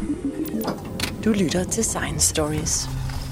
Du lytter til Science Stories.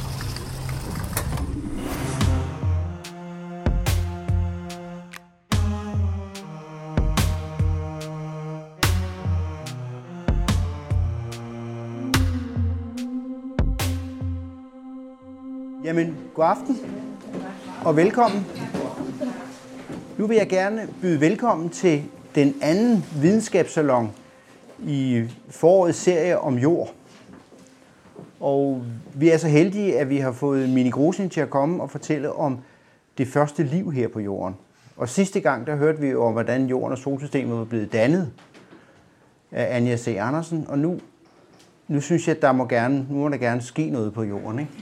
Jamen, god aften og velkommen. Nu vil jeg gerne byde velkommen til den anden videnskabssalon i forårets serie om jord. Og vi er så heldige, at vi har fået Mini Grosin til at komme og fortælle om det første liv her på jorden. Og sidste gang, der hørte vi jo om, hvordan jorden og solsystemet var blevet dannet af Anja C. Andersen. Og nu synes jeg, at nu må der gerne ske noget på jorden, ikke?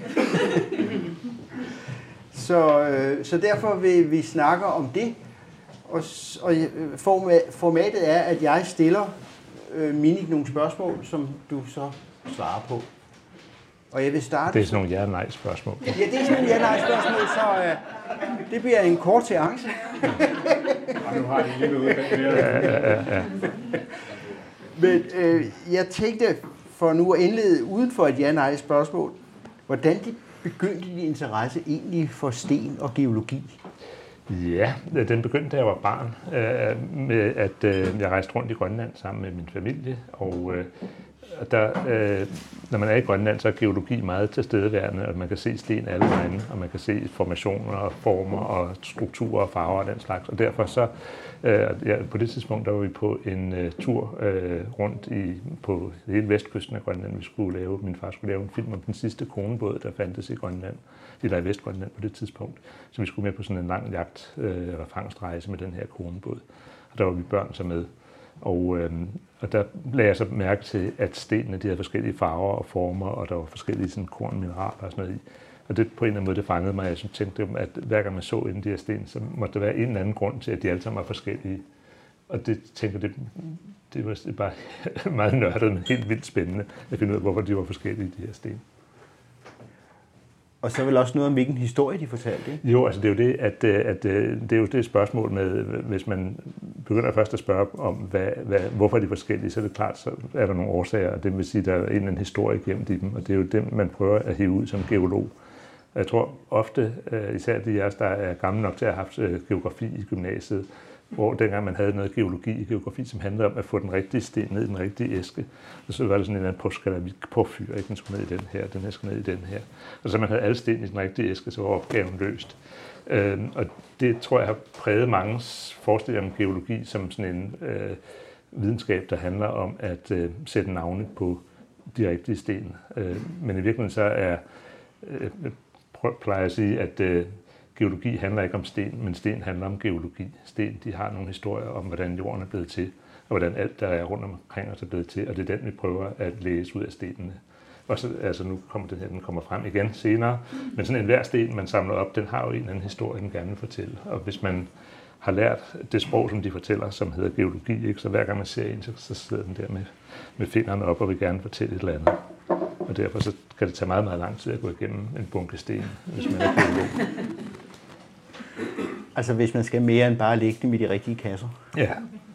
Så derfor vil vi snakke om det. Og formatet er, at jeg stiller Mini nogle spørgsmål, som du så svarer på. Og jeg vil starte... Det er sådan nogle ja-nej-spørgsmål. Ja, det er sådan nogle ja-nej-spørgsmål, så det bliver en kort seance. Og nu har de lige noget Ja. Men jeg tænkte, for nu at indlede uden for et ja-nej-spørgsmål, hvordan begyndte din interesse egentlig for sten og geologi? Ja, den begyndte, da jeg var barn, med at jeg rejste rundt i Grønland sammen med min familie, og der, når man er i Grønland, så er geologi meget tilstedeværende, og man kan se sten alle vegne, og man kan se formationer og former og strukturer og farver og den slags. Og derfor så, på det tidspunkt, der var vi på en tur rundt på hele vestkysten af Grønland. Min far skulle lave en film om den sidste kronebåd, der fandtes i Grønland, eller i Vestgrønland på det tidspunkt. Så vi skulle med på sådan en lang jagt- eller fangstrejse med den her kronebåd. Og der var vi børn så med. Og der lagde jeg så mærke til, at stenene de havde forskellige farver og former, og der var forskellige sådan, korn, mineraler og sådan noget i. Og det på en eller anden måde, det fangede mig. Jeg tænkte, at hver gang man så en af de her sten, så måtte der være en eller anden grund til, at de alle sammen var forskellige. Og det tænkte jeg, det var bare meget nørdet, men helt vildt spændende at finde ud af, hvorfor de var forskellige, de her sten. Og så vel også noget om, hvilken historie de fortalte, ikke? Jo, altså det er jo det, at det er jo det spørgsmål med, hvis man begynder først at spørge om, hvorfor de er forskellige, så er det klart, så er der nogle årsager, og det vil sige, at der er en eller anden historie gennem dem, og det er jo dem, man prøver at hive ud som geolog. Jeg tror ofte, især de af der er gamle nok til at have haft geografi i gymnasiet, hvor dengang man havde noget geologi i geografi, som handlede om at få den rigtige sten ned i den rigtige æske. Og så var det sådan en eller anden postskalavik-påfyr, ikke? Den skulle ned i den her, den her skulle ned i den her. Og så man havde alle sten i den rigtige æske, så var opgaven løst. Og det tror jeg har præget manges forestilling om geologi som sådan en videnskab, der handler om at sætte navne på de rigtige sten. Men i virkeligheden så plejer jeg at sige, at geologi handler ikke om sten, men sten handler om geologi. Sten, de har nogle historier om, hvordan jorden er blevet til, og hvordan alt, der er rundt omkring os, er blevet til, og det er den, vi prøver at læse ud af stenene. Og så, altså nu kommer den kommer frem igen senere, men sådan en hver sten, man samler op, den har jo en eller anden historie, den gerne vil fortælle. Og hvis man har lært det sprog, som de fortæller, som hedder geologi, ikke, så hver gang man ser en, så sidder den der med fingrene op og vil gerne fortælle et eller andet. Og derfor så kan det tage meget, meget lang tid at gå igennem en bunke sten, hvis man er geolog. Altså hvis man skal mere end bare lægge dem i de rigtige kasser. Ja.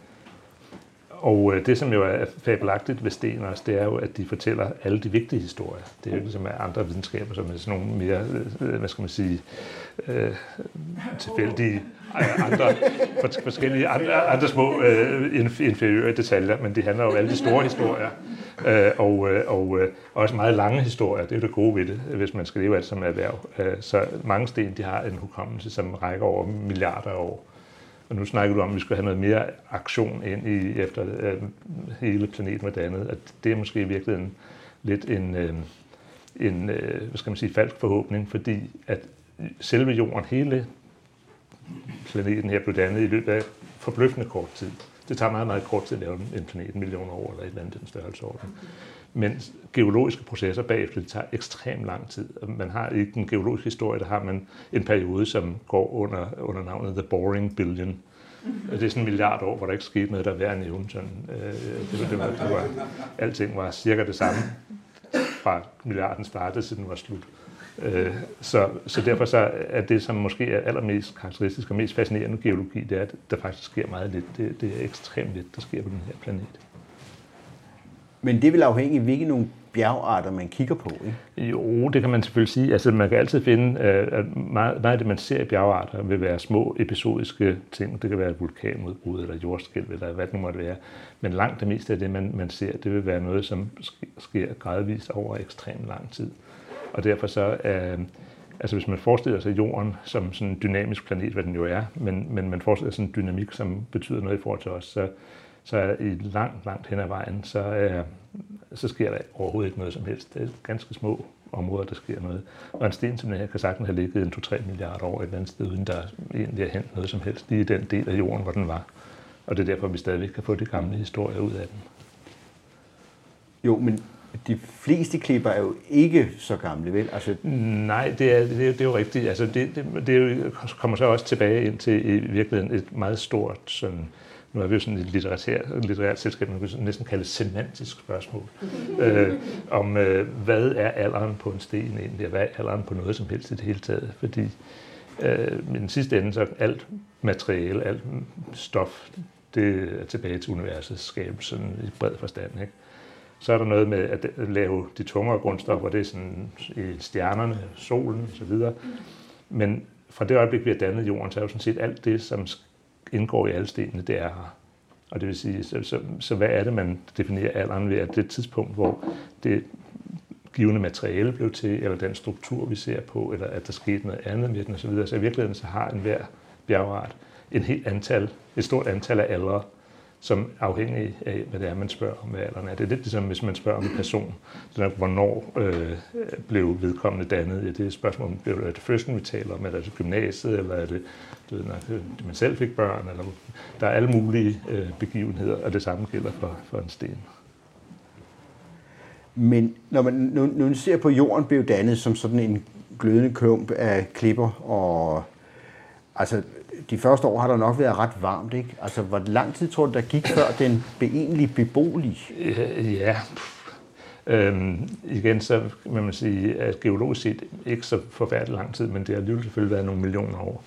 Og det, som jo er fabelagtigt ved sten også, det er jo, at de fortæller alle de vigtige historier. Det er jo ikke som andre videnskaber, som er sådan nogle mere, hvad skal man sige, tilfældige forskellige andre små inferiøre detaljer, men det handler jo om alle de store historier. Og også meget lange historier. Det er jo det gode ved det, hvis man skal leve af det som erhverv. Så mange sten, de har en hukommelse, som rækker over milliarder af år. Og nu snakker du om, at vi skal have noget mere aktion ind i, efter hele planeten var dannet. At det er måske i virkeligheden lidt en hvad skal man sige, falsk forhåbning, fordi at selve jorden, hele planeten her blev dannet i løbet af forbløffende kort tid. Det tager meget, meget kort tid at lave en planet, 1 million år eller et eller andet den størrelsesorden. Men geologiske processer bagefter, det tager ekstremt lang tid. Man har i den geologiske historie, der har man en periode, som går under navnet The Boring Billion. Det er sådan 1 milliard år, hvor der ikke skete noget, der er værd at nævne. Alting var cirka det samme fra milliarden startede, til den var slut. Så derfor så er det, som måske er allermest karakteristisk og mest fascinerende geologi, det er, at der faktisk sker meget lidt. Det er ekstremt lidt, der sker på den her planet. Men det vil afhænge af, hvilke nogle bjergarter man kigger på, ikke? Jo, det kan man selvfølgelig sige. Altså, man kan altid finde, at meget af det, man ser i bjergarter, vil være små episodiske ting. Det kan være et vulkanudbrud eller jordskælv, eller hvad det nu måtte være. Men langt det meste af det, man ser, det vil være noget, som sker gradvist over ekstremt lang tid. Og derfor så, altså hvis man forestiller sig Jorden som sådan en dynamisk planet, hvad den jo er, men man forestiller sig en dynamik, som betyder noget i forhold til os, så er i langt hen ad vejen, så sker der overhovedet ikke noget som helst. Det er ganske små områder, der sker noget. Og en sten som den her kan sagtens have ligget 2-3 milliarder år et eller andet sted, uden der egentlig er hent noget som helst, lige i den del af jorden, hvor den var. Og det er derfor, vi stadigvæk kan få de gamle historier ud af den. Jo, men de fleste klipper er jo ikke så gamle, vel? Altså... Nej, det er jo rigtigt. Altså, det kommer så også tilbage ind til i virkeligheden et meget stort sådan. Nu er vi jo sådan et litterært selskab, man kan næsten kalde det semantisk spørgsmål, om hvad er alderen på en sten egentlig, og hvad er alderen på noget som helst i det hele taget. Fordi i den sidste ende, så alt materiale, alt stof, det er tilbage til universets skabelse sådan i bred forstand, ikke? Så er der noget med at lave de tungere grundstoffer, det er sådan i stjernerne, solen osv. Men fra det øjeblik, vi har dannet jorden, så er jo sådan set alt det, som indgår i alle stenene, det er her. Og det vil sige, så hvad er det, man definerer alderen ved, at det tidspunkt, hvor det givende materiale blev til, eller den struktur, vi ser på, eller at der skete noget andet med den osv. Så i virkeligheden så har enhver bjergart et stort antal af aldre, som afhængig af, hvad det er, man spørger om, hvad alderen er. Det er lidt ligesom, hvis man spørger om en person, hvornår blev vedkommende dannet. Ja, det er et spørgsmål, om er det fødslen, vi taler om, eller er det gymnasiet, eller er det, når man selv fik børn, eller der er alle mulige begivenheder, og det samme gælder for en sten. Men når man ser på, jorden blev dannet som sådan en glødende klump af klipper, og altså de første år har der nok været ret varmt, ikke? Altså, hvor lang tid tror du, der gik, før den blev egentlig beboelig? Ja, igen så må man sige, at geologisk set ikke så forfærdelig lang tid, men det har alligevel selvfølgelig været nogle millioner år.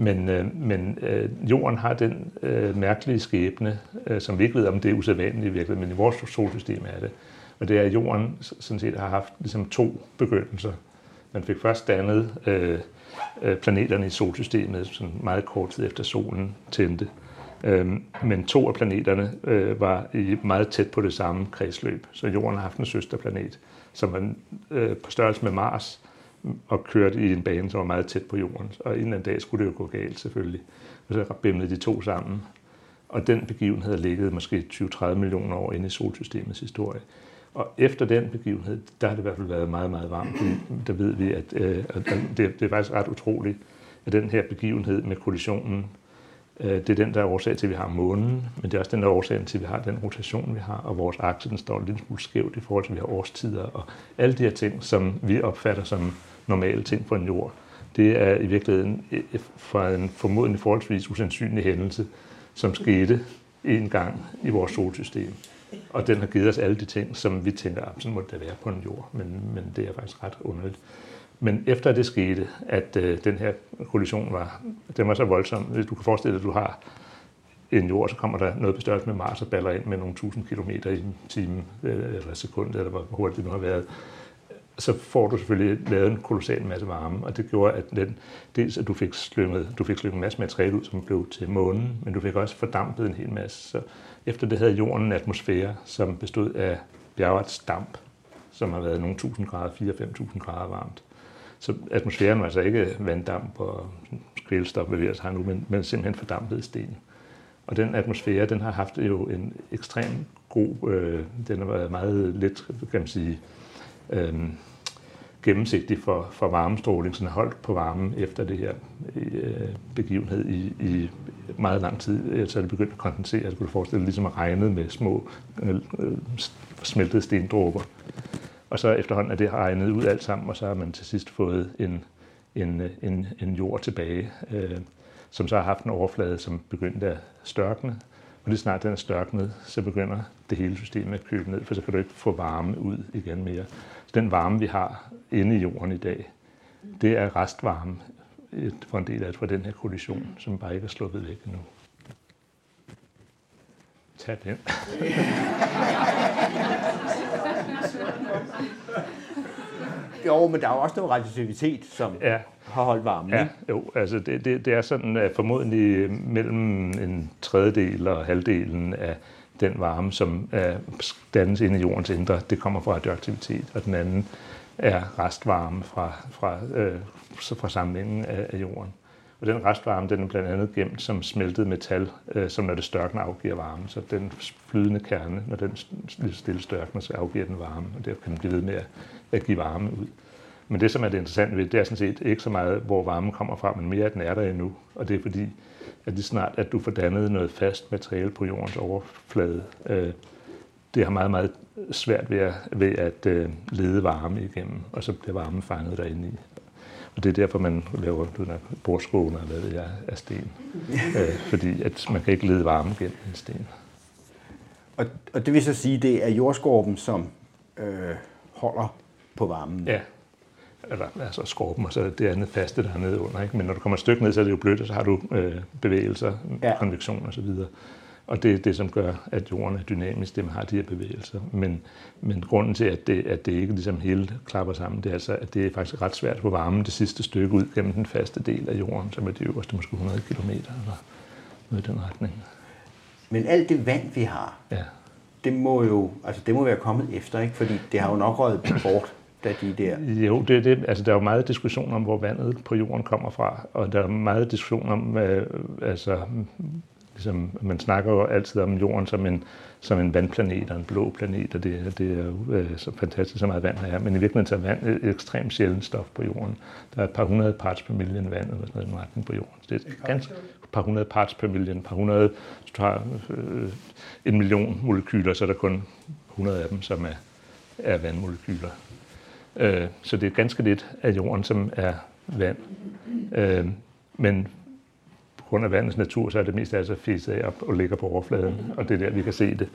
Men jorden har den mærkelige skæbne, som vi ikke ved, om det er usædvanligt virkelig, men i vores solsystem er det. Og det er, at jorden sådan set har haft ligesom 2 begyndelser. Man fik først dannet planeterne i solsystemet sådan meget kort tid efter solen tændte. Men 2 af planeterne var meget tæt på det samme kredsløb. Så jorden har haft en søsterplanet, som var på størrelse med Mars, og kørte i en bane, som var meget tæt på jorden. Og en eller anden dag skulle det jo gå galt selvfølgelig. Og så bimlede de 2 sammen. Og den begivenhed havde ligget måske 20-30 millioner år inde i solsystemets historie. Og efter den begivenhed, der har det i hvert fald været meget, meget varmt. Der ved vi, at det er faktisk ret utroligt, at den her begivenhed med kollisionen, det er den, der er årsag til, at vi har månen, men det er også den, der er årsagen til, at vi har den rotation, vi har, og vores akse, den står lidt smule skævt i forhold til, at vi har årstider, og alle de her ting, som vi opfatter som normale ting på en jord, det er i virkeligheden fra en formodentlig forholdsvis usandsynlig hændelse, som skete en gang i vores solsystem. Og den har givet os alle de ting, som vi tænker, sådan må det være på en jord, men det er faktisk ret underligt. Men efter det skete, at den her kollision var så voldsom, hvis du kan forestille dig, at du har en jord, så kommer der noget på størrelse med Mars og baller ind med nogle 1000 kilometer i timen, eller sekund, eller hvor hurtigt det nu har været, så får du selvfølgelig lavet en kolossal masse varme, og det gjorde, at dels at du fik slynget en masse materiale ud, som blev til månen, men du fik også fordampet en hel masse. Så efter det havde jorden en atmosfære, som bestod af bjergets damp, som har været nogle 1000 grader, 4-5.000 grader varmt. Så atmosfæren var altså ikke vanddamp og kvælstof, hvad vi altså har nu, men simpelthen fordampet sten. Og den atmosfære, den har haft jo en ekstrem god, den har været meget let, kan man sige, gennemsigtig for varmestråling, så den har holdt på varmen efter det her begivenhed i meget lang tid. Så er det begyndt at kondensere, jeg skulle forestille ligesom at regne med små smeltede stendråber. Og så efterhånden er det regnet ud alt sammen, og så har man til sidst fået en jord tilbage, som så har haft en overflade, som begyndte at størkne. Og lige snart den er størknet, så begynder det hele systemet at køle ned, for så kan du ikke få varme ud igen mere. Så den varme, vi har inde i jorden i dag, det er restvarme for en del af det fra den her kollision, som bare ikke er sluppet væk endnu. Tag den. Jo, men der er jo også noget radioaktivitet, som har holdt varmen. Ja, jo, altså det er sådan, at formodentlig mellem en tredjedel og halvdelen af den varme, som dannes inde i jordens indre, det kommer fra radioaktivitet, og den anden er restvarme fra samlingen af jorden. Og den restvarme, den er blandt andet gemt som smeltet metal, som når det størkner afgiver varme. Så den flydende kerne, når den stille størkner, så afgiver den varme, og derfor kan den blive ved med at give varme ud. Men det, som er det interessante ved det, er sådan set ikke så meget, hvor varmen kommer fra, men mere, at den er der endnu. Og det er fordi, at lige snart, at du får dannet noget fast materiale på jordens overflade, det har meget, meget svært ved at lede varme igennem, og så bliver varmen fanget derinde i. Og det er derfor, man laver bordskåner af sten. Fordi at man kan ikke lede varme gennem en sten. Og det vil så sige, at det er jordskorpen, som holder på varmen? Ja. Altså skorpen, og så det andet faste, der er nede under. Ikke? Men når du kommer et stykke ned, så er det jo blødt, og så har du bevægelser, konvektion og så videre. Og det er det, som gør, at jorden er dynamisk, det man har de her bevægelser. Men grunden til, at det ikke ligesom hele klapper sammen, det er altså, at det er faktisk ret svært at få varmen det sidste stykke ud gennem den faste del af jorden, som er de øverste måske 100 kilometer eller noget i den retning. Men alt det vand, vi har, det må være kommet efter, ikke? Fordi det har jo nok røget bort. Jo, altså, der er jo meget diskussion om, hvor vandet på jorden kommer fra, og der er meget diskussion om, ligesom, man snakker jo altid om jorden som en vandplanet og en blå planet, og det er jo så fantastisk, så meget vand der er, men i virkeligheden er vand et ekstremt sjældent stof på jorden. Der er et par hundrede parts per million vand, eller sådan noget retning på jorden. Så det er ganske par hundrede parts per million, hvis du har 1 million molekyler, så er der kun 100 af dem, som er vandmolekyler. Så det er ganske lidt af jorden, som er vand. Men på grund af vandets natur, så er det mest altså fiset af og ligger på overfladen, og det er der, vi kan se det.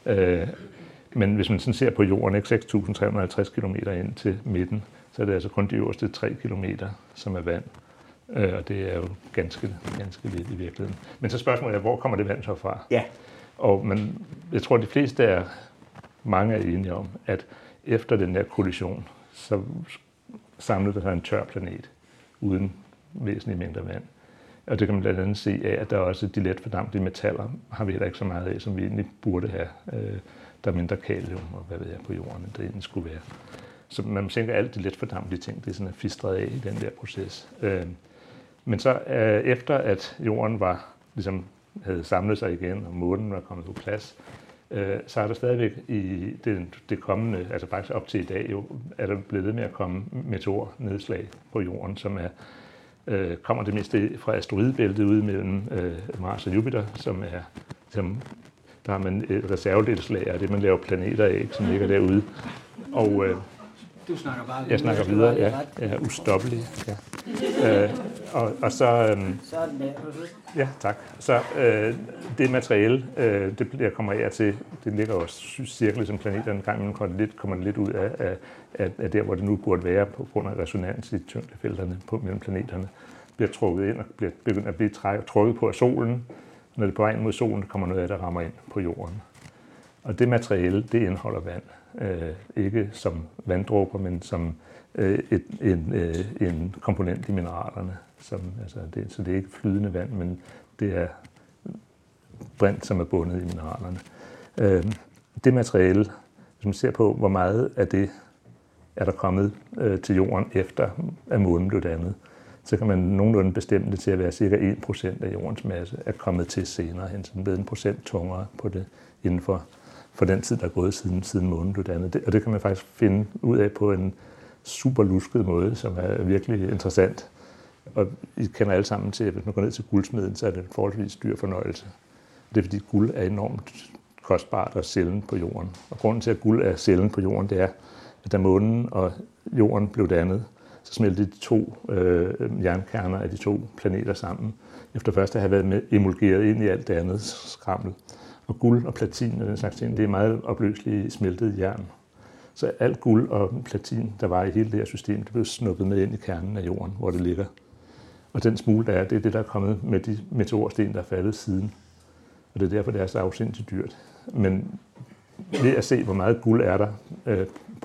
Men hvis man sådan ser på jorden, 6.350 km ind til midten, så er det altså kun de øverste 3 kilometer, som er vand. Og det er jo ganske lidt i virkeligheden. Men så spørgsmålet er, hvor kommer det vand så fra? Ja. Og jeg tror, de fleste mange er enige om, at efter den der kollision, så samlede der sig en tør planet uden væsentlige mængder vand. Og det kan man blandt andet se af, at der også de let fordampelige metaller har vi heller ikke så meget af, som vi egentlig burde have. Der er mindre kalium og hvad ved jeg på jorden, end det egentlig skulle være. Så man tænker, at alt de let fordampelige ting, det er sådan fistret af i den der proces. Men så efter at jorden ligesom havde samlet sig igen, og månen var kommet på plads, så er der stadigvæk i det kommende, altså faktisk op til i dag, jo, er der blevet ved med at komme meteornedslag på jorden, som kommer det meste fra asteroidebæltet ude mellem Mars og Jupiter, der har man et reservedelslag af det, man laver planeter af, som ligger derude. Og du snakker bare jeg snakker videre, ja, ustoppelig. Ja. Og så ja, tak. Så det materiale, det kommer af til, det ligger jo cirklet som planeterne en gang, men kommer lidt ud af der, hvor det nu burde være på grund af resonans i tyngdefelterne mellem planeterne, bliver trukket ind og begynder at blive trukket på af solen. Når det er på vej ind mod solen, kommer noget af det, der rammer ind på jorden. Og det materiale, det indeholder vand. Ikke som vanddråber, men som en komponent i mineralerne. Så det er ikke flydende vand, men det er brint, som er bundet i mineralerne. Det materiale, hvis man ser på, hvor meget af det er der kommet til jorden efter, at månen blev dannet, så kan man nogenlunde bestemme det til at være cirka 1% af jordens masse er kommet til senere hen, så den blev 1% tungere på det inden for den tid, der er gået siden månen blev dannet. Og det kan man faktisk finde ud af på en super lusket måde, som er virkelig interessant. Og I kender alle sammen til, at hvis man går ned til guldsmeden, så er det en forholdsvis dyr fornøjelse. Det er fordi guld er enormt kostbart og sjældent på jorden. Og grunden til, at guld er sjældent på jorden, det er, at da månen og jorden blev dannet, så smeltede de to jernkerner af de to planeter sammen, efter først at have været emulgeret ind i alt det andet skrammel. Og guld og platin og den slags ting, det er meget opløseligt smeltet jern. Så alt guld og platin, der var i hele det her system, det blev snuppet med ind i kernen af jorden, hvor det ligger. Og den smule, der er, det er det, der er kommet med de meteorsten, der er faldet siden. Og det er derfor, det er så afsindigt dyrt. Men ved at se, hvor meget guld er der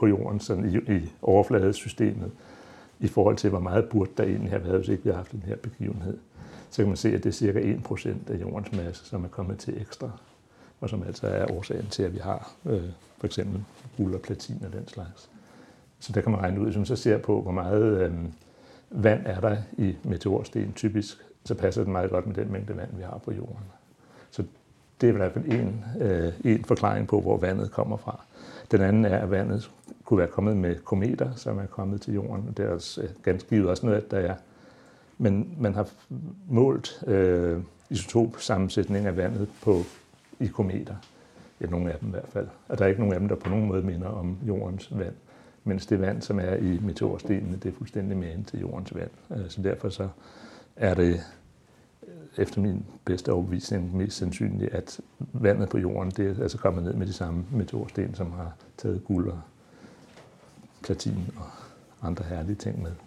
på jorden sådan i overfladesystemet, i forhold til, hvor meget burde der egentlig have været, hvis ikke vi havde haft den her begivenhed. Så kan man se, at det er cirka 1% af jordens masse, som er kommet til ekstra, og som altså er årsagen til, at vi har for eksempel guld og platin og den slags. Så der kan man regne ud, hvis man så ser på, hvor meget vand er der i meteorsten typisk, så passer det meget godt med den mængde vand, vi har på jorden. Så det er i hvert fald en forklaring på, hvor vandet kommer fra. Den anden er, at vandet kunne være kommet med kometer, som er kommet til jorden. Det er også ganske givet også noget, at der er. Men man har målt isotopsammensætning af vandet i kometer. Ja, nogle af dem i hvert fald. Og der er ikke nogen af dem, der på nogen måde minder om jordens vand. Mens det vand, som er i meteorstenene, det er fuldstændig magen til jordens vand. Så derfor så er det efter min bedste overbevisning mest sandsynligt, at vandet på jorden, det er altså kommet ned med de samme meteorsten, som har taget guld og platin og andre herlige ting med.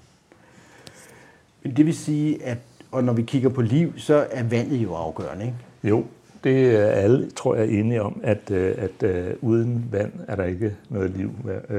Det vil sige, at og når vi kigger på liv, så er vandet jo afgørende, ikke? Jo, det er alle, tror jeg, enige om, at uden vand er der ikke noget liv.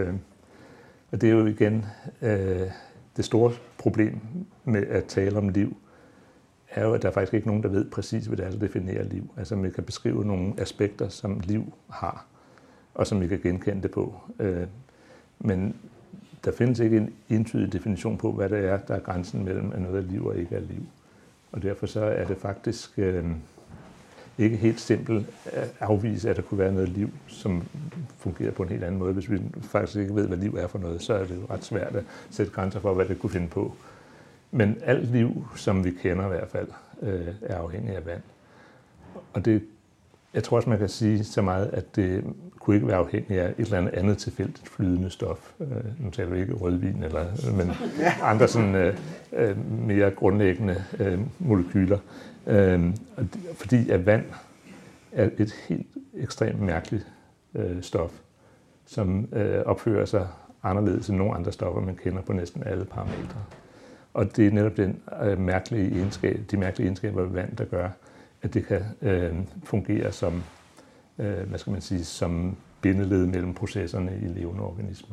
Og det er jo igen det store problem med at tale om liv, er jo, at der er faktisk ikke nogen, der ved præcis, hvad det er, der definerer liv. Altså, man kan beskrive nogle aspekter, som liv har, og som vi kan genkende det på. Men der findes ikke en entydig definition på, hvad det er, der er grænsen mellem, at noget er liv og ikke er liv. Og derfor så er det faktisk ikke helt simpelt at afvise, at der kunne være noget liv, som fungerer på en helt anden måde. Hvis vi faktisk ikke ved, hvad liv er for noget, så er det jo ret svært at sætte grænser for, hvad det kunne finde på. Men alt liv, som vi kender i hvert fald, er afhængig af vand. Og det, jeg tror også, man kan sige så meget, at det kunne ikke være afhængig af et eller andet tilfældigt flydende stof. Nu taler vi ikke rødvin, men andre sådan, mere grundlæggende molekyler. Fordi at vand er et helt ekstremt mærkeligt stof, som opfører sig anderledes end nogle andre stoffer, man kender på næsten alle parametre. Og det er netop de mærkelige egenskaber ved vand, der gør, at det kan fungere som, som bindeled mellem processerne i levende organismer.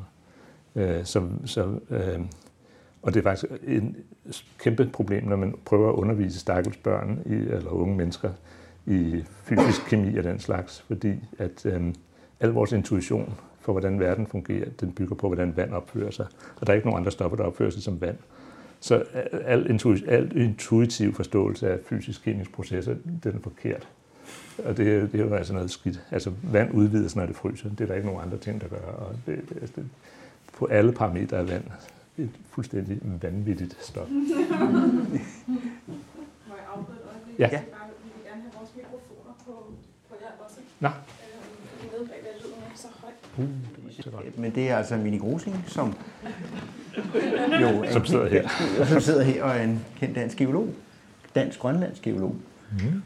Og det er faktisk et kæmpe problem, når man prøver at undervise stakkels børn eller unge mennesker i fysisk kemi og den slags, fordi at al vores intuition for, hvordan verden fungerer, den bygger på, hvordan vand opfører sig. Og der er ikke nogen andre stoffer, der opfører sig som vand. Så al intuitiv forståelse af fysisk-kemiske processer, den er forkert. Og det er jo altså noget skidt. Altså vand udvider sig, når det fryser. Det er der ikke nogen andre ting, der gør. Og det på alle parametre af vand et fuldstændig vanvittigt stof. Må jeg afbryde et øjeblik? Ja. Vi vil gerne have vores mikrofoner på jer også. Nå. Nede bagved lyden er så højt. Men det er altså Mini Grosing, som sidder her og er en kendt dansk geolog. Dansk-grønlandsk geolog. Mm.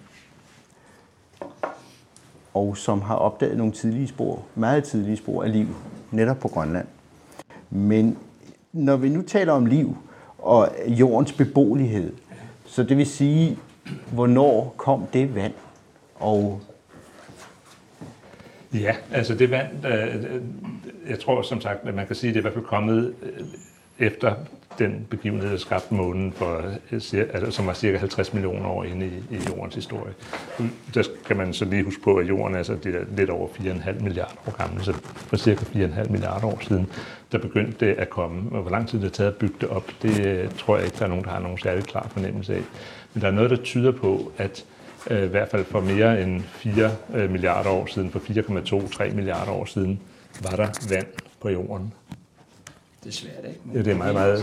Og som har opdaget nogle meget tidlige spor af liv, netop på Grønland. Men når vi nu taler om liv og jordens beboelighed, så det vil sige, hvornår kom det vand? Og ja, altså det vand, jeg tror som sagt, at man kan sige, at det er i hvert fald kommet efter den begivenhed, der skabte månen, som var cirka 50 millioner år inde i jordens historie. Der kan man så lige huske på, at jorden det er lidt over 4,5 milliarder år gammel, så for cirka 4,5 milliarder år siden, der begyndte det at komme. Og hvor lang tid det har taget at bygge det op, det tror jeg ikke, der er nogen, der har nogen særlig klar fornemmelse af. Men der er noget, der tyder på, at i hvert fald for mere end 4 milliarder år siden, for 4,2-3 milliarder år siden, var der vand på jorden. Det er svært, ikke? Ja, det er meget.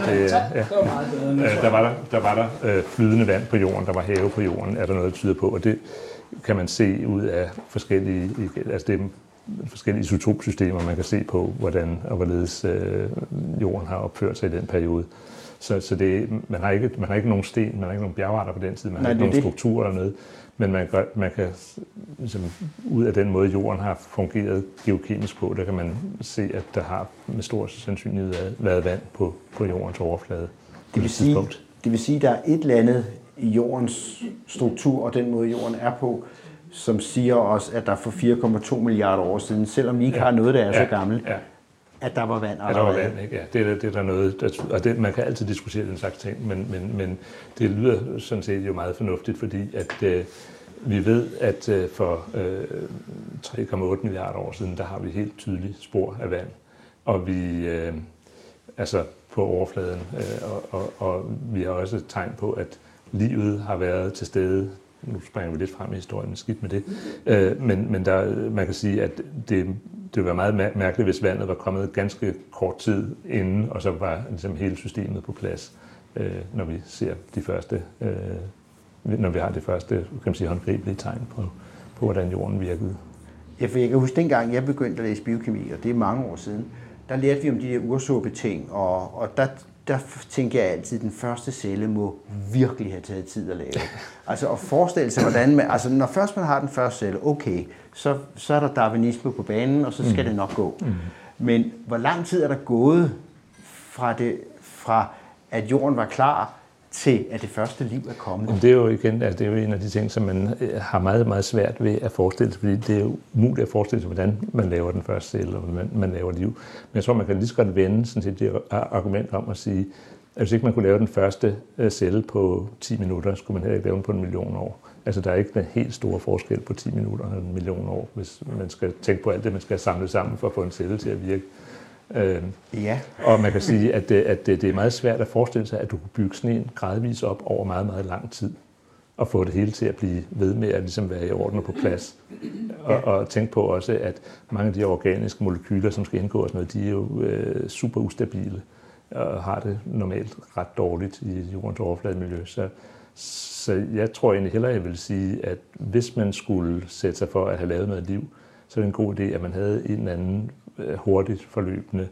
Der var der flydende vand på jorden, der var have på jorden, er der noget, der tyder på, og det kan man se ud af forskellige isotopsystemer, man kan se på, hvordan og hvorledes jorden har opført sig i den periode. Så man har ikke nogen sten, man har ikke nogen bjergarter på den tid, man har ikke nogen struktur eller noget, men man kan ligesom, ud af den måde, jorden har fungeret geokemisk på, der kan man se, at der har med stor sandsynlighed været vand på jordens overflade. Det vil sige, at der er et eller andet i jordens struktur og den måde, jorden er på, som siger os, at der for 4,2 milliarder år siden, selvom vi ikke har noget, der er så gammelt, At der var vand. Ja, der var vand, ikke? Ja, det er der noget, og det, man kan altid diskutere den slags ting, men det lyder sådan set jo meget fornuftigt, fordi at vi ved, at for 3,8 milliarder år siden, der har vi helt tydeligt spor af vand, og vi altså på overfladen, og vi har også et tegn på, at livet har været til stede. Nu springer vi lidt frem i historien, men skidt med det. Men der, man kan sige, at det ville være meget mærkeligt, hvis vandet var kommet ganske kort tid inden, og så var ligesom hele systemet på plads, når vi ser de første, når vi har det første, kan man sige, håndgribelige tegn på hvordan jorden virkede. Ja, for jeg kan huske, dengang jeg begyndte at læse biokemi, og det er mange år siden, der lærte vi om de der ursuppe-ting, og der tænker jeg altid, at den første celle må virkelig have taget tid at lave. Altså at forestille sig, hvordan man, altså når først man har den første celle, okay, så er der darwinisme på banen, og så skal det nok gå. Men hvor lang tid er der gået fra at jorden var klar, til at det første liv er kommet? Det er jo igen, altså det er jo en af de ting, som man har meget, meget svært ved at forestille sig, fordi det er jo umuligt at forestille sig, hvordan man laver den første celle, og hvordan man laver liv. Men jeg tror, man kan lige så godt vende sådan set det argument om at sige, at hvis ikke man kunne lave den første celle på 10 minutter, skulle man heller ikke lave den på 1 million år. Altså der er ikke den helt store forskel på 10 minutter og 1 million år, hvis man skal tænke på alt det, man skal samle sammen for at få en celle til at virke. Ja. Og man kan sige, at det er meget svært at forestille sig, at du kunne bygge sådan en gradvis op over meget, meget lang tid, og få det hele til at blive ved med at ligesom være i orden og på plads. Og tænk på også, at mange af de organiske molekyler, som skal indgå og sådan noget, de er jo super ustabile, og har det normalt ret dårligt i jordens overflademiljø. Så jeg tror egentlig hellere, jeg vil sige, at hvis man skulle sætte sig for at have lavet noget liv, så er det en god idé, at man havde en eller anden hurtigt forløbende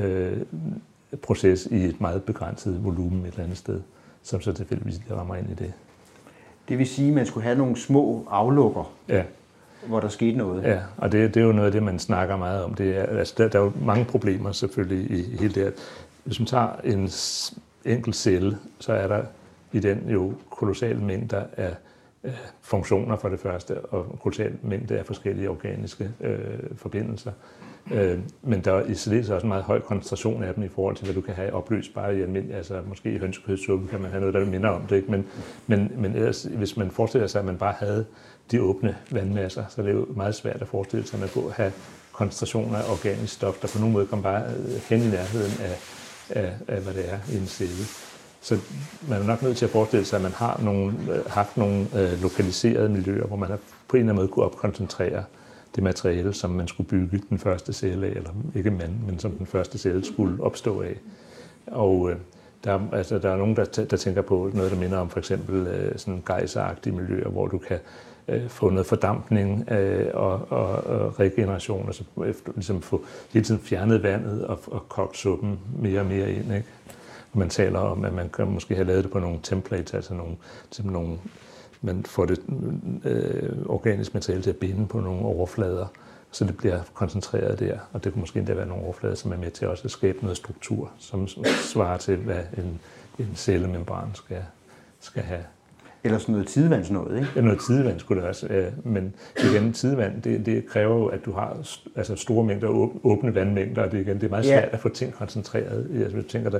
proces i et meget begrænset volumen et eller andet sted, som så tilfældigvis rammer ind i det. Det vil sige, at man skulle have nogle små aflukker, ja, hvor der skete noget. Ja, og det er jo noget af det, man snakker meget om. Det er, altså, der er jo mange problemer selvfølgelig i hele det her. Hvis man tager en enkelt celle, så er der i den jo kolossale mængder af funktioner for det første, og kolossal mængde af forskellige organiske forbindelser. Men der er i særdeleshed også en meget høj koncentration af dem i forhold til, hvad du kan have opløsbart i almindelig, altså måske i hønsekødssuppe kan man have noget, der minder om det, ikke? Men ellers, hvis man forestiller sig, at man bare havde de åbne vandmasser, så er det jo meget svært at forestille sig, at man kunne have koncentrationer af organisk stof, der på nogen måde kommer bare hen i nærheden af hvad det er i en celle. Så man er nok nødt til at forestille sig, at man har haft nogle lokaliserede miljøer, hvor man har på en eller anden måde kunne opkoncentrere det materiale, som man skulle bygge den første celle af, eller ikke men som den første celle skulle opstå af. Og der er nogen, der tænker på noget, der minder om for eksempel sådan gejseragtige miljøer, hvor du kan få noget fordampning og regeneration, altså ligesom få hele tiden fjernet vandet og kogt suppen mere og mere ind, ikke? Man taler om, at man kan måske have lavet det på nogle templates, altså nogle man får det organiske materiale til at binde på nogle overflader, så det bliver koncentreret der. Og det kunne måske endda være nogle overflader, som er med til også at skabe noget struktur, som svarer til, hvad en cellemembran skal have. Eller sådan noget tidevandsnåde, ikke? Ja, noget tidevand skulle det også. Men igen, tidevand, det kræver jo, at du har altså store mængder åbne vandmængder, og det er meget svært at få ting koncentreret. Altså, jeg tænker,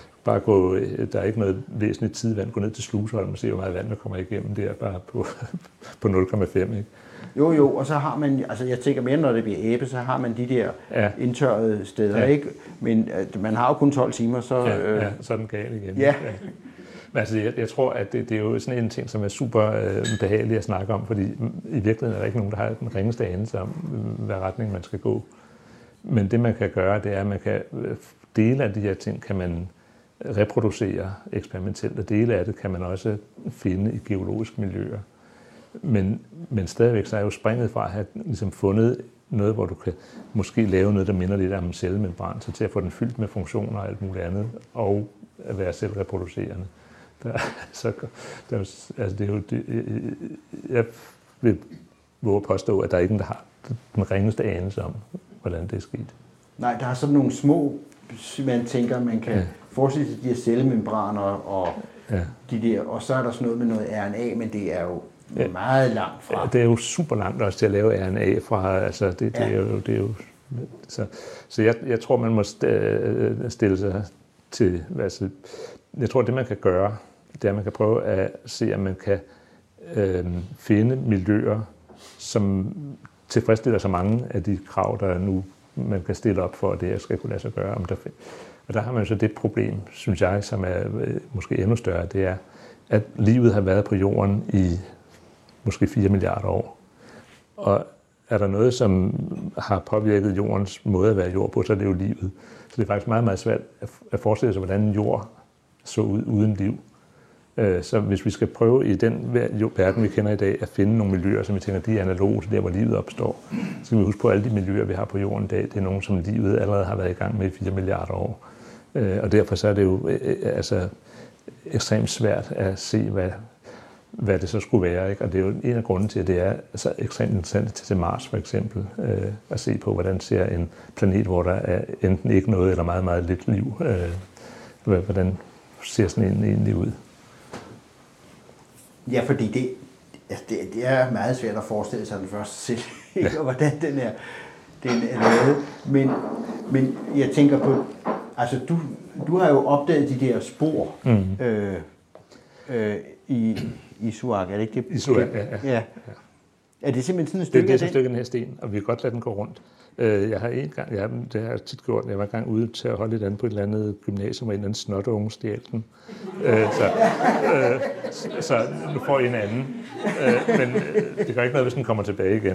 der er ikke noget væsentligt tidevand. Gå ned til Sluseholm og se, hvor meget vand der kommer igennem der, bare på 0,5, ikke? Jo, og så har man, altså jeg tænker mere, når det bliver æbe, så har man de der indtørrede steder, ikke? Men man har jo kun 12 timer, så... så er den gal igen. Ja. Men altså, jeg tror, at det er jo sådan en ting, som er super behagelig at snakke om, fordi i virkeligheden er der ikke nogen, der har den ringeste anelse om, hvad retning man skal gå. Men det, man kan gøre, det er, at man kan dele af de her ting, kan man reproducere eksperimentelt, og dele af det kan man også finde i geologiske miljøer. Men stadigvæk så er jo springet fra at have ligesom fundet noget, hvor du kan måske lave noget, der minder lidt om en cellemembran, så til at få den fyldt med funktioner og alt muligt andet, og at være selvreproducerende. Jeg vil våge at påstå, at der er ingen, der har den ringeste anelse om, hvordan det er sket. Nej, der er sådan nogle små, man tænker, man kan forestille sig de her cellemembraner og de der, og så er der sådan noget med noget RNA, men det er jo meget langt fra. Ja, det er jo super langt også til at lave RNA fra, altså det er jo Så jeg tror, man må stille sig til... Altså, jeg tror, det man kan gøre, det er, at man kan prøve at se, om man kan finde miljøer, som tilfredsstiller så mange af de krav, der nu man kan stille op for, at det her skal kunne lade sig gøre. Og der har man så det problem, synes jeg, som er måske endnu større, det er, at livet har været på jorden i måske 4 milliarder år. Og er der noget, som har påvirket jordens måde at være jord på, så er det jo livet. Så det er faktisk meget, meget svært at forestille sig, hvordan en jord så ud uden liv. Så hvis vi skal prøve i den verden, vi kender i dag, at finde nogle miljøer, som vi tænker, de er analoge til der, hvor livet opstår, så kan vi huske på, at alle de miljøer, vi har på jorden i dag, det er nogle, som livet allerede har været i gang med i 4 milliarder år. Og derfor så er det jo ekstremt svært at se, hvad det så skulle være. Ikke? Og det er jo en af grunden til, at det er så ekstremt interessant til Mars for eksempel, at se på, hvordan ser en planet, hvor der er enten ikke noget eller meget, meget lidt liv. Hvordan ser sådan en egentlig ud? Ja, fordi det er meget svært at forestille sig den første selv, og hvordan den er lavet. Men jeg tænker på, altså du har jo opdaget de der spor i Suak, er det ikke det? I Suak, ja. Er det simpelthen sådan et stykke af den? Det er et stykke af den her sten, og vi kan godt lade den gå rundt. Jeg har en gang, det har jeg tit gjort, jeg var engang ude til at holde et andet på et eller andet gymnasium, og en eller anden snotunge stjal den. Så nu får I en anden. Men det gør ikke noget, hvis den kommer tilbage igen.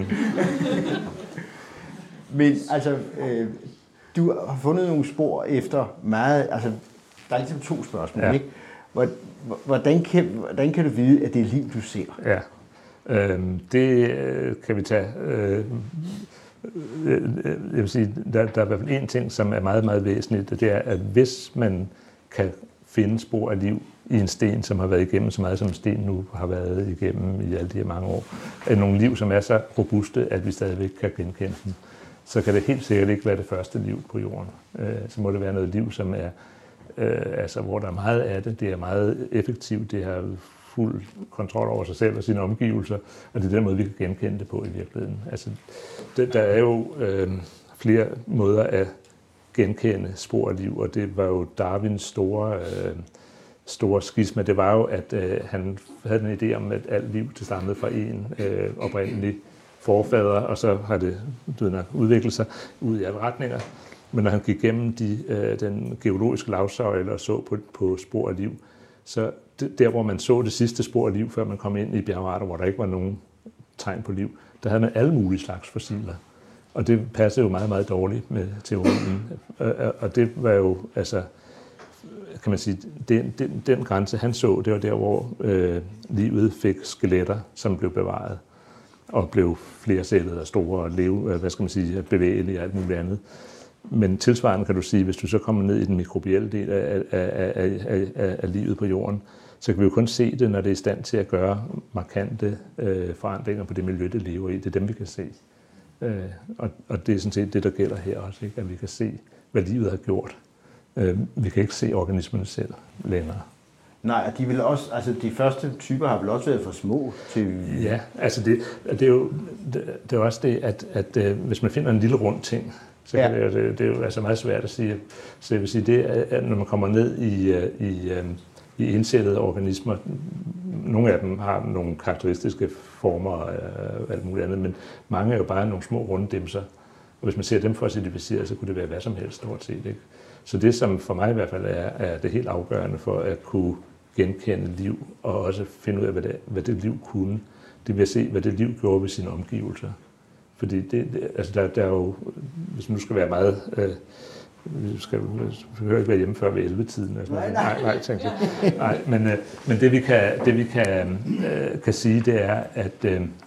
Men altså, du har fundet nogle spor efter meget, altså der er ligesom 2 spørgsmål, ikke? Hvordan kan du vide, at det er liv, du ser? Ja, det kan vi tage... Jeg vil sige, der er i hvert fald en ting, som er meget, meget væsentligt, det er, at hvis man kan finde spor af liv i en sten, som har været igennem så meget, som en sten nu har været igennem i alle de her mange år, nogle liv, som er så robuste, at vi stadigvæk kan genkende dem, så kan det helt sikkert ikke være det første liv på jorden. Så må det være noget liv, som er, altså, hvor der er meget af det, det er meget effektivt, det har fuld kontrol over sig selv og sine omgivelser, og det er den måde, vi kan genkende det på i virkeligheden. Altså, der er jo flere måder at genkende spor af liv, og det var jo Darwins store skisma. Det var jo, at han havde en idé om, at alt liv til stammede fra en oprindelig forfader, og så har det udviklet sig ud i alle retninger. Men når han gik igennem den geologiske lavsøjle og så på spor af liv, så der, hvor man så det sidste spor af liv, før man kom ind i bjergarter, hvor der ikke var nogen tegn på liv, der havde man alle mulige slags fossiler. Og det passede jo meget, meget dårligt med teorien. Og det var jo, altså, kan man sige, den grænse, han så, det var der, hvor livet fik skeletter, som blev bevaret, og blev flercellede og store og bevægelige og alt muligt andet. Men tilsvarende kan du sige, hvis du så kommer ned i den mikrobielle del af livet på jorden, så kan vi jo kun se det, når det er i stand til at gøre markante forandringer på det miljø, det lever i. Det er dem, vi kan se. Og det er sådan set det, der gælder her også, ikke? At vi kan se, hvad livet har gjort. Vi kan ikke se organismerne selv længere. Nej, og de vil også, altså de første typer har vel også været for små til... Ja, altså det er jo også det, at hvis man finder en lille rund ting, så kan det er jo altså meget svært at sige. Så jeg vil sige, det er, at når man kommer ned i indcellede organismer, nogle af dem har nogle karakteristiske former og alt muligt andet, men mange er jo bare nogle små runde dimser. Og hvis man ser dem fossilificeret, så kunne det være hvad som helst stort set, ikke? Så det, som for mig i hvert fald er det helt afgørende for at kunne genkende liv, og også finde ud af, hvad det liv kunne, det vil at se, hvad det liv gjorde ved sine omgivelser. Fordi altså der er jo, hvis man nu skal være meget, vi behøver ikke være hjemme før ved 11-tiden. Altså nej, tænkte jeg. Nej, men det vi kan sige, det er, at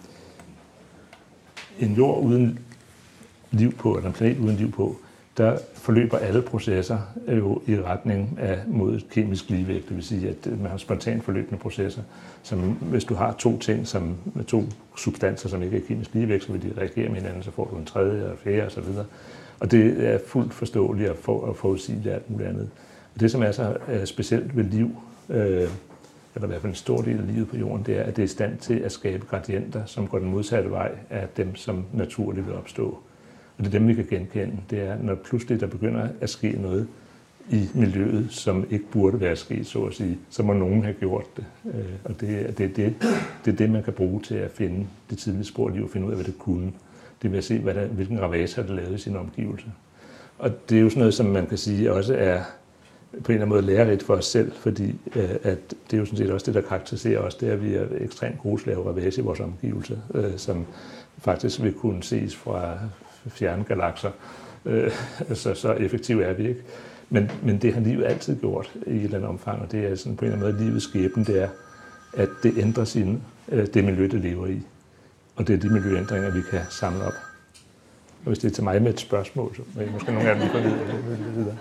en jord uden liv på, eller en planet uden liv på, der forløber alle processer jo i retning af mod et kemisk ligevægt. Det vil sige, at man har spontant forløbende processer, som hvis du har 2 ting, med 2 substanser, som ikke er kemisk ligevægt, så vil de reagere med hinanden, så får du en tredje og fjerde osv. Og det er fuldt forståeligt at forudsige alt muligt andet. Og det, som er så specielt ved liv, eller i hvert fald en stor del af livet på jorden, det er, at det er i stand til at skabe gradienter, som går den modsatte vej af dem, som naturligt vil opstå. Og Og det er dem, vi kan genkende. Det er, når pludselig der begynder at ske noget i miljøet, som ikke burde være sket, så at sige, så må nogen have gjort det. Og det er det, man kan bruge til at finde det tidlige spor af liv og finde ud af, hvad det kunne. Det vil at se, hvilken ravage har det lavet i sine omgivelser. Og det er jo sådan noget, som man kan sige også er på en eller anden måde lærerigt for os selv, fordi at det er jo sådan set også det, der karakteriserer os, det er, at vi er ekstremt gode til at lave ravage i vores omgivelser, som faktisk vil kunne ses fra fjerne galakser. Så effektivt er vi ikke. Men det har livet altid gjort i et eller andet omfang, og det er sådan på en eller anden måde livets skæbne, det er, at det ændrer det miljø, det lever i. Og det er de miljøændringer, vi kan samle op. Og hvis det er til mig med et spørgsmål, så vil måske nogle af dem gå videre.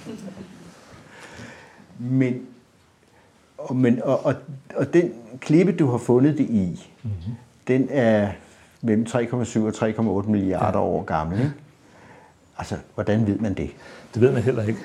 Og den klippe, du har fundet det i, den er mellem 3,7 og 3,8 milliarder år gammel. Ikke? Altså, hvordan ved man det? Det ved man heller ikke.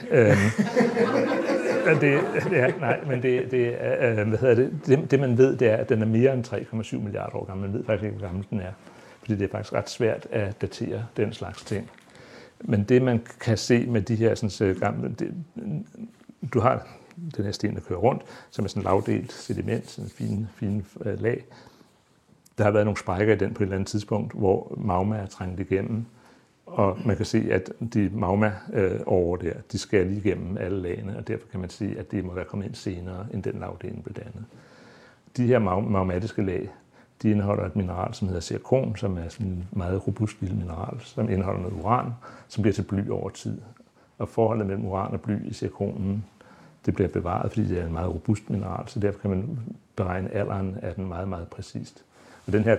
Det man ved, det er, at den er mere end 3,7 milliarder år gammel. Man ved faktisk ikke, hvor gammel den er. Fordi det er faktisk ret svært at datere den slags ting. Men det, man kan se med de her sådan, gamle... Du har den her sten, der kører rundt, som er sådan en lavdelt sediment, sådan en fin lag. Der har været nogle sprækker i den på et eller andet tidspunkt, hvor magma er trængt igennem. Og man kan se, at de magma-årer der, de skal lige igennem alle lagene, og derfor kan man sige, at det må være kommet ind senere, end den lavdelen blev dannet. De her magmatiske lag, de indeholder et mineral, som hedder zirkon, som er sådan en meget robust lille mineral, som indeholder noget uran, som bliver til bly over tid. Og forholdet mellem uran og bly i zirkonen, det bliver bevaret, fordi det er en meget robust mineral, så derfor kan man beregne alderen af den meget, meget præcist. Og den her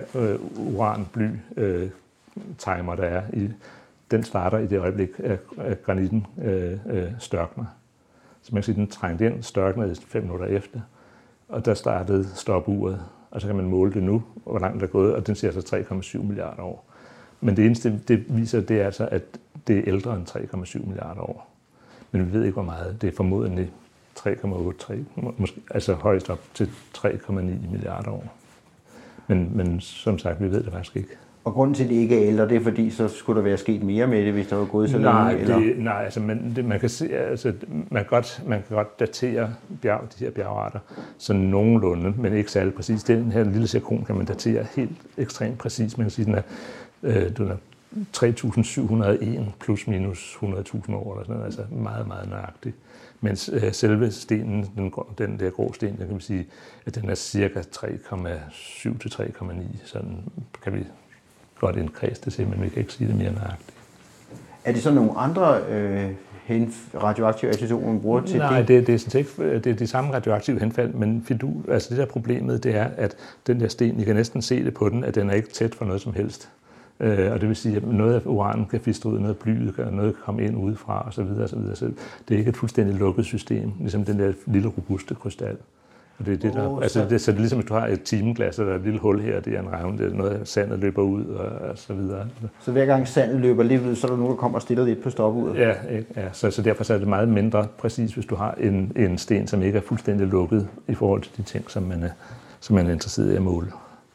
uran-bly-timer, der er i, den starter i det øjeblik, at granitten størkner. Så man kan sige, at den trængte ind, størknede 5 minutter efter, og der startede stopuret, og så kan man måle det nu, hvor langt det er gået, og den siger så 3,7 milliarder år. Men det eneste, det viser, det er altså, at det er ældre end 3,7 milliarder år. Men vi ved ikke, hvor meget. Det er formodentlig 3,8, måske, altså højst op til 3,9 milliarder år. Men som sagt, vi ved det faktisk ikke. Og grunden til, at det ikke er ældre, det er fordi, så skulle der være sket mere med det, hvis der var gået så længe? Nej, altså, man kan se, altså, man kan godt datere de her bjergarter sådan nogenlunde, men ikke særlig præcis. Den her lille zirkon kan man datere helt ekstremt præcis. Man kan sige, den er 3.701 plus minus 100.000 år, eller sådan noget, altså meget, meget nøjagtig. Mens selve stenen, den der grå sten, der kan man sige, at den er cirka 3,7 til 3,9. Sådan kan vi godt indkredse det til, men vi kan ikke sige det mere nøjagtigt. Er det så nogle andre radioaktive isotoper, man bruger til det? Nej, det er sådan ikke. Det er de samme radioaktive henfald, men altså det der problemet, det er, at den der sten, I kan næsten se det på den, at den er ikke tæt for noget som helst. Og det vil sige, at noget af uranen kan fiske ud, noget af blyet, noget kan komme ind udefra osv. Så det er ikke et fuldstændig lukket system, ligesom den der lille robuste krystal. Og det er det, der, så det er ligesom, at du har et timeglas, og der er et lille hul her, det er en revne, det er noget af sandet løber ud og så videre. Så hver gang sandet løber lidt ud, så er der nogen, der kommer og stiller lidt på stopuret? Ja, så derfor så er det meget mindre præcis, hvis du har en sten, som ikke er fuldstændig lukket i forhold til de ting, som man er interesseret i at måle.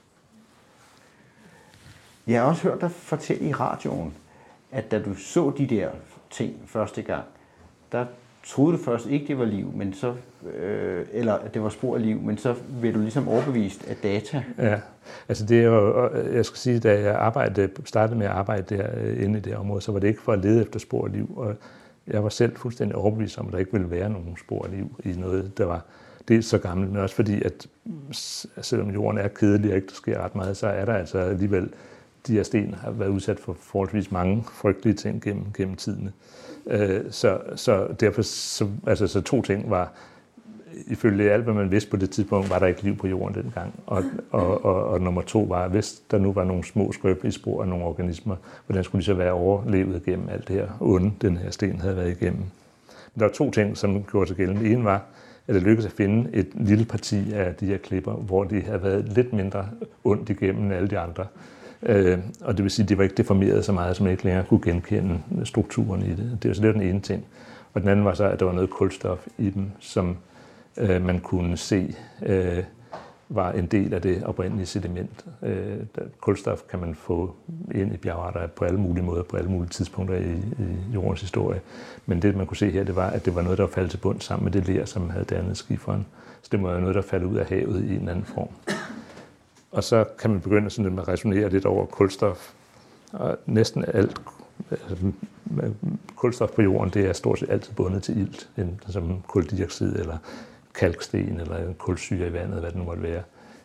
Jeg har også hørt dig fortælle i radioen, at da du så de der ting første gang, der troede du først ikke, det var liv, men så, eller at det var spor af liv, men så blev du ligesom overbevist af data. Ja, altså det er jo, jeg skal sige, da jeg startede med at arbejde derinde i det område, så var det ikke for at lede efter spor af liv, og jeg var selv fuldstændig overbevist om, at der ikke ville være nogen spor af liv i noget, der var dels så gammelt, men også fordi, at selvom jorden er kedelig og ikke der sker ret meget, så er der altså alligevel, de her sten har været udsat for forholdsvis mange frygtelige ting gennem tiderne. Så derfor, så 2 ting var, ifølge alt, hvad man vidste på det tidspunkt, var der ikke liv på jorden dengang. Og nummer 2 var, hvis der nu var nogle små skrøbelige spor af nogle organismer, hvordan skulle de så være overlevet gennem alt det her onde, den her sten havde været igennem. Men der var 2 ting, som gjorde sig gældende. En var, at det lykkedes at finde et lille parti af de her klipper, hvor de havde været lidt mindre ondt igennem end alle de andre. Og det vil sige, at de var ikke deformeret så meget, som man ikke længere kunne genkende strukturen i det. Det var den ene ting. Og den anden var så, at der var noget kulstof i dem, som man kunne se var en del af det oprindelige sediment. Kulstof kan man få ind i bjergarter på alle mulige måder, på alle mulige tidspunkter i jordens historie. Men det, man kunne se her, det var, at det var noget, der var faldet til bund sammen med det ler, som havde dannet skiferen. Så det må være noget, der faldt ud af havet i en eller anden form. Og så kan man begynde sådan at resonere lidt over kulstof. Og næsten alt kulstof på jorden, det er stort set altid bundet til ilt, som kuldioxid eller kalksten eller kulsyre i vandet, hvad det nu måtte være.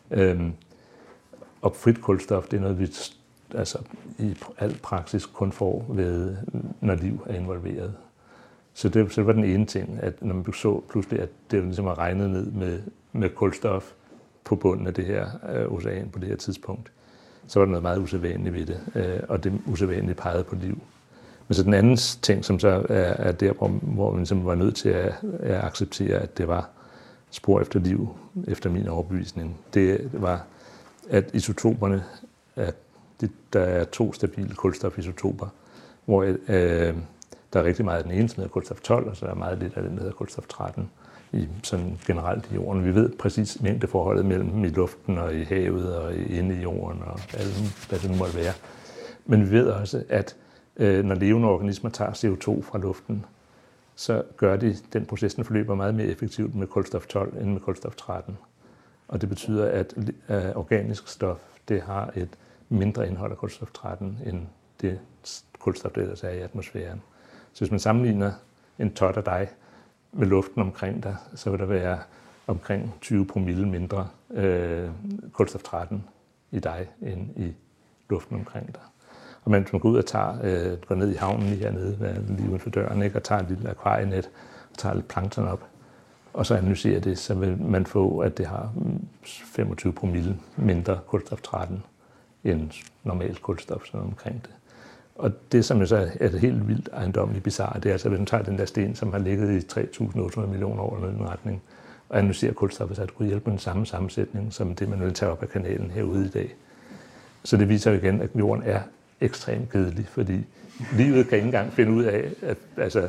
Og frit kulstof, det er noget, vi i al praksis kun får, når liv er involveret. Så det var den ene ting, at når man så pludselig, at det ligesom var regnet ned med kulstof på bunden af det her ocean på det her tidspunkt, så var der noget meget usædvanligt ved det, og det usædvanlige pegede på liv. Men så den anden ting, som så er der, hvor man ligesom var nødt til at acceptere, at det var spor efter liv, efter min overbevisning, det var, at isotoperne, der er 2 stabile kulstofisotoper, hvor der er rigtig meget af den ene, som hedder kulstof 12, og så er der meget lidt af den, der hedder kulstof 13, sådan generelt i jorden. Vi ved præcis mængdeforholdet mellem dem i luften og i havet og inde i jorden og alt, hvad det nu måtte være. Men vi ved også, at når levende organismer tager CO2 fra luften, så gør den proces, den forløber meget mere effektivt med kulstof 12 end med kulstof 13. Og det betyder, at organisk stof, det har et mindre indhold af kulstof 13 end det kulstof, der ellers er i atmosfæren. Så hvis man sammenligner en tot af dig med luften omkring dig, så vil der være omkring 20 promille mindre kulstof 13 i dig end i luften omkring dig. Og hvis man går ud og går ned i havnen lige hernede, lige uden for døren, ikke, og tager et lille akvarienet og tager lidt plankton op, og så analyserer det, så vil man få, at det har 25 promille mindre kulstof 13 end normalt kulstof sådan omkring det. Og det, som jo så er det helt vildt ejendommeligt bizarre, det er altså, hvis man tager den der sten, som har ligget i 3.800 millioner år eller en retning, og analyserer kulstoffet, så det kunne hjælpe med den samme sammensætning, som det, man vil tage op af kanalen herude i dag. Så det viser jo igen, at jorden er ekstremt kedelig, fordi livet kan ikke engang finde ud af, at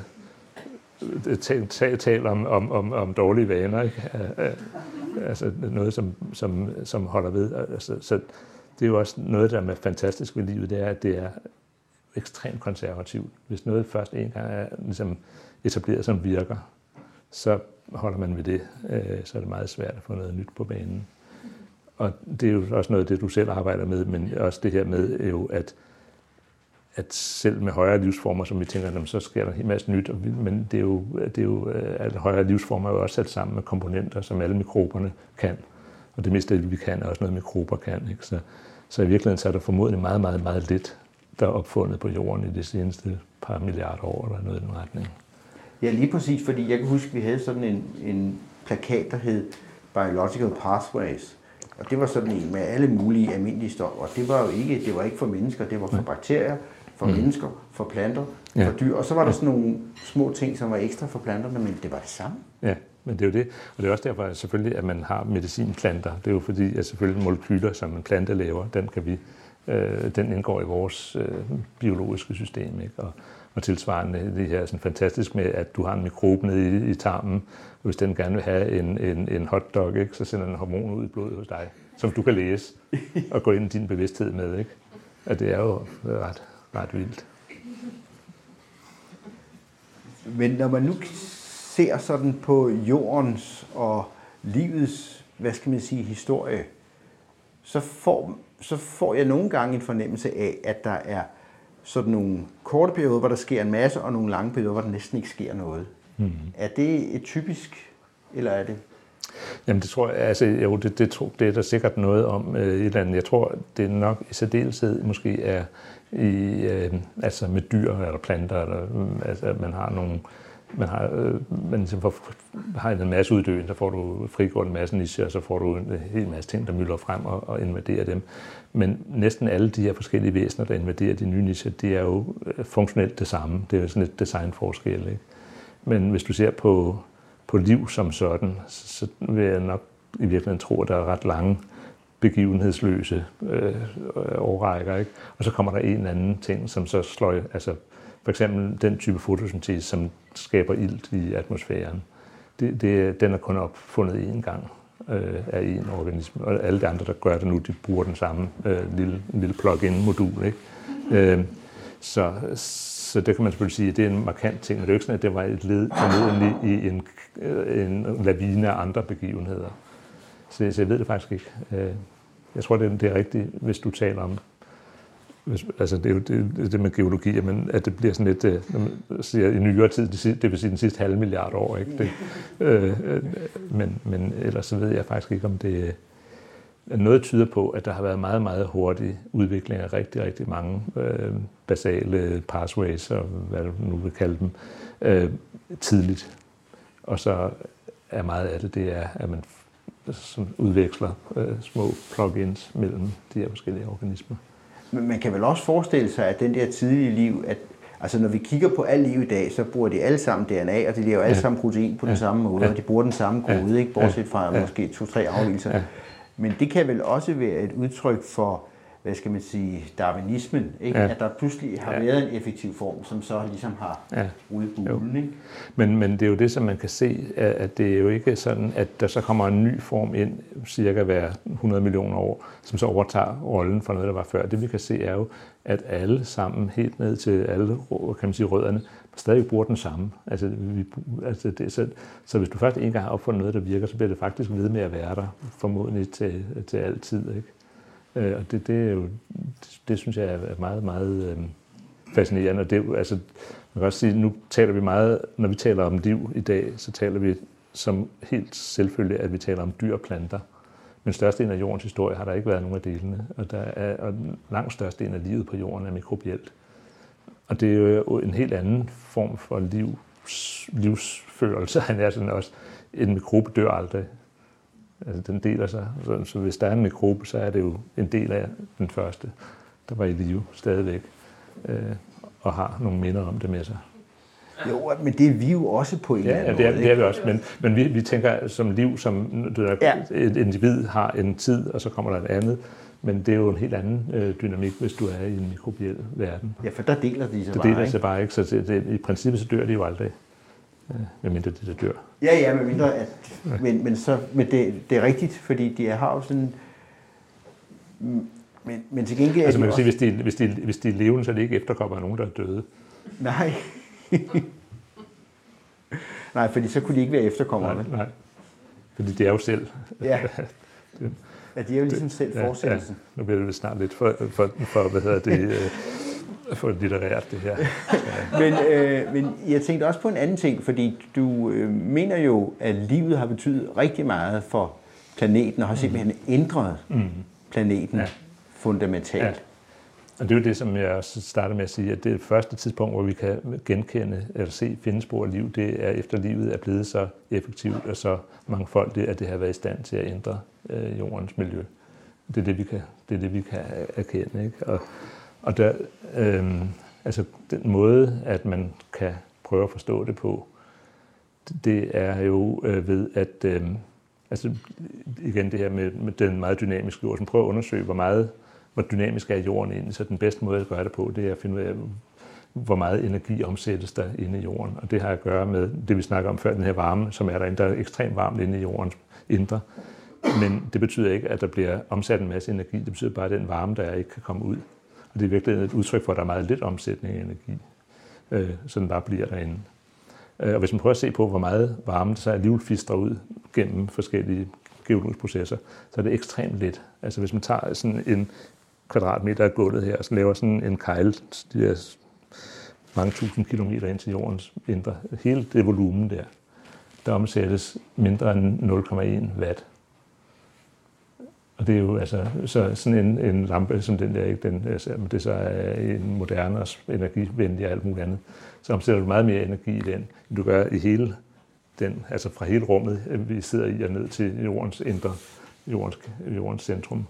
tale om dårlige vaner, ikke? Altså noget, som holder ved. Altså, så det er jo også noget, der er fantastisk ved livet, det er, at det er ekstremt konservativt. Hvis noget først en gang er ligesom etableret, som virker, så holder man ved det. Så er det meget svært at få noget nyt på banen. Og det er jo også noget af det, du selv arbejder med, men også det her med, jo, at selv med højere livsformer, som vi tænker, så sker der en hel masse nyt, men det er jo at højere livsformer er jo også sat sammen med komponenter, som alle mikroberne kan. Og det meste af det, vi kan, er også noget, mikrober kan. Ikke? Så i virkeligheden så er der formodentlig meget, meget, meget lidt, der er opfundet på jorden i de seneste par milliarder år, eller noget i den retning. Ja, lige præcis, fordi jeg kan huske, at vi havde sådan en plakat, der hed Biological Pathways. Og det var sådan en med alle mulige almindelige stoffer. Og det var ikke for mennesker, det var for bakterier, for mennesker, for planter, for dyr. Og så var der sådan nogle små ting, som var ekstra for planterne, men det var det samme. Ja, men det er jo det. Og det er også derfor selvfølgelig, at man har medicinplanter. Det er jo fordi, at selvfølgelig molekyler, som en plante laver, den indgår i vores biologiske system. Ikke? Og tilsvarende det her sådan fantastisk med, at du har en mikrobe nede i tarmen, og hvis den gerne vil have en hotdog, ikke, så sender den hormon ud i blodet hos dig, som du kan læse og gå ind i din bevidsthed med. Ikke? Og det er jo ret vildt. Men når man nu ser sådan på jordens og livets, hvad skal man sige, historie, så får jeg nogle gange en fornemmelse af, at der er sådan nogle korte perioder, hvor der sker en masse, og nogle lange perioder, hvor der næsten ikke sker noget. Er det et typisk, eller er det? Jamen det tror jeg, altså jo, det er der sikkert noget om et eller andet. Jeg tror, det er nok i særdeleshed måske er altså med dyr eller planter, eller altså man har nogle, man har en masse uddøen, så får du frigjort en masse nicher, og så får du en hel masse ting, der mylder frem og invaderer dem. Men næsten alle de her forskellige væsener, der invaderer de nye nicher, det er jo funktionelt det samme. Det er jo sådan et designforskel, ikke? Men hvis du ser på liv som sådan, så vil jeg nok i virkeligheden tro, at der er ret lange begivenhedsløse årrækker, ikke? Og så kommer der en eller anden ting, som så slår, altså for eksempel den type fotosyntese, som skaber ilt i atmosfæren. Den er kun opfundet én gang. af en organisme, og alle de andre, der gør det nu, de bruger den samme lille plug-in-modul. Ikke? Så det kan man selvfølgelig sige, at det er en markant ting, og det er jo ikke sådan, at det var et led formodentlig i en lavine af andre begivenheder. Så jeg ved det faktisk ikke. Jeg tror, det er rigtigt, hvis du taler om, altså det er jo det med geologi, men at det bliver sådan lidt, når man siger i nyere tid, det vil sige den sidste 500 milliarder år, ikke? Men ellers så ved jeg faktisk ikke, om det noget tyder på, at der har været meget, meget hurtig udvikling af rigtig, rigtig mange basale pathways, og hvad du nu vil kalde dem, tidligt. Og så er meget af det er, at man udveksler små plugins mellem de her forskellige organismer. Men man kan vel også forestille sig, at den der tidlige liv, at altså når vi kigger på alt liv i dag, så bruger de alle sammen DNA, og de laver alle sammen protein på den samme måde, og de bruger den samme kode, ikke? Bortset fra måske 2-3 afvigelser. Men det kan vel også være et udtryk for, hvad skal man sige, darwinismen, ikke? At der pludselig har været en effektiv form, som så ligesom har ude bulen, ikke? Men det er jo det, som man kan se, at det er jo ikke sådan, at der så kommer en ny form ind, cirka hver 100 millioner år, som så overtager rollen for noget, der var før. Det vi kan se er jo, at alle sammen, helt ned til alle, kan man sige, rødderne, stadig bruger den samme. Så hvis du først en gang har opfundet noget, der virker, så bliver det faktisk ved med at være der, formodentlig til altid, ikke? Og det er jo, det synes jeg er meget, meget fascinerende. Og det er jo, altså, man kan også sige, nu taler vi meget, når vi taler om liv i dag, så taler vi som helt selvfølgelig, at vi taler om dyr og planter. Men størstedelen af jordens historie har der ikke været nogen af delene, og langt størstedelen af livet på jorden er mikrobielt. Og det er jo en helt anden form for livsførelse, han er sådan også. En mikrobe dør aldrig. Altså, den deler sig. Så hvis der er en mikrobe, så er det jo en del af den første, der var i live stadigvæk, og har nogle minder om det med sig. Jo, men det er vi jo også på en eller anden måde. Ja, det er vi også. Men vi tænker som liv, som et individ har en tid, og så kommer der et andet. Men det er jo en helt anden dynamik, hvis du er i en mikrobiel verden. Ja, for der deler de sig bare, ikke? Det deler sig bare ikke, så i princippet så dør de jo aldrig. Medmindre de der dør. Ja, medmindre at... Men det er rigtigt, fordi de har jo sådan... Men til gengæld... Altså man kan sige, hvis de er levende, så er det ikke efterkommer af nogen, der er døde. Nej. Nej, fordi så kunne de ikke være efterkommere. Nej. Fordi det er jo selv. Ja. Ja, de er jo ligesom selv fortsættelsen. Ja. Nu bliver det snart lidt for hvad hedder det... for litterært, det her. Men jeg tænkte også på en anden ting, fordi du mener jo, at livet har betydet rigtig meget for planeten, og har simpelthen ændret planeten fundamentalt. Ja. Og det er jo det, som jeg også starter med at sige, at det første tidspunkt, hvor vi kan genkende eller se finde spor af liv, det er efter livet er blevet så effektivt og så mangfoldigt, at det har været i stand til at ændre jordens miljø. Det er det, vi kan erkende, ikke? Og der, altså den måde, at man kan prøve at forstå det på, det er jo ved at, altså igen det her med den meget dynamiske jord, som prøver at undersøge, hvor dynamisk er jorden egentlig, så den bedste måde at gøre det på, det er at finde ud af, hvor meget energi omsættes der inde i jorden. Og det har at gøre med det, vi snakker om før, den her varme, som er derinde. Der er ekstremt varmt inde i jordens indre. Men det betyder ikke, at der bliver omsat en masse energi. Det betyder bare, at den varme, der er, ikke kan komme ud. Og det er virkelig et udtryk for, at der er meget lidt omsætning af energi, så den bare bliver derinde. Og hvis man prøver at se på, hvor meget varme der så alligevel filtrer ud gennem forskellige geologiske processer, så er det ekstremt lidt. Altså hvis man tager sådan en kvadratmeter af gulvet her, og så laver sådan en kegle, de er mange tusind kilometer ind til jordens indre, hele det volumen der omsættes mindre end 0,1 watt. Og det er jo altså så sådan en lampe som den der, ikke? Det så er en moderne og energivenlig og alt muligt andet. Så omsætter du meget mere energi i den, end du gør i hele den, altså fra hele rummet, vi sidder i og ned til jordens indre, jordens centrum.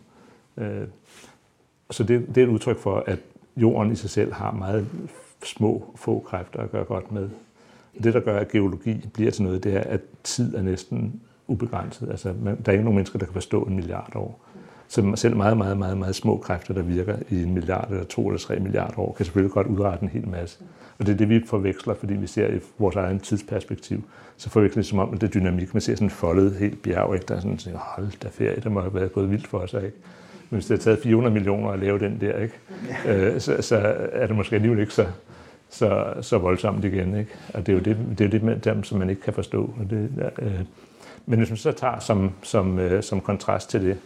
Så det er et udtryk for, at jorden i sig selv har meget få kræfter at gøre godt med. Det, der gør, at geologi bliver til noget, det er, at tid er næsten ubegrænset. Altså, der er ikke nogen mennesker, der kan forstå 1 milliard år. Så selv meget, meget, meget, meget små kræfter, der virker i 1 milliard eller 2 eller 3 milliarder år, kan selvfølgelig godt udrette en hel masse. Og det er det, vi forveksler, fordi vi ser i vores egen tidsperspektiv. Så forveksler det som om, at det er dynamik. Man ser sådan en foldet helt bjerg, ikke? Der er sådan, hold da ferie, der må have været gået vildt for sig, ikke? Men hvis det har taget 400 millioner at lave den der, ikke? Så er det måske alligevel ikke så voldsomt igen, ikke? Og det er jo det med dem, som man ikke kan forstå. Og men hvis man så tager som kontrast til det,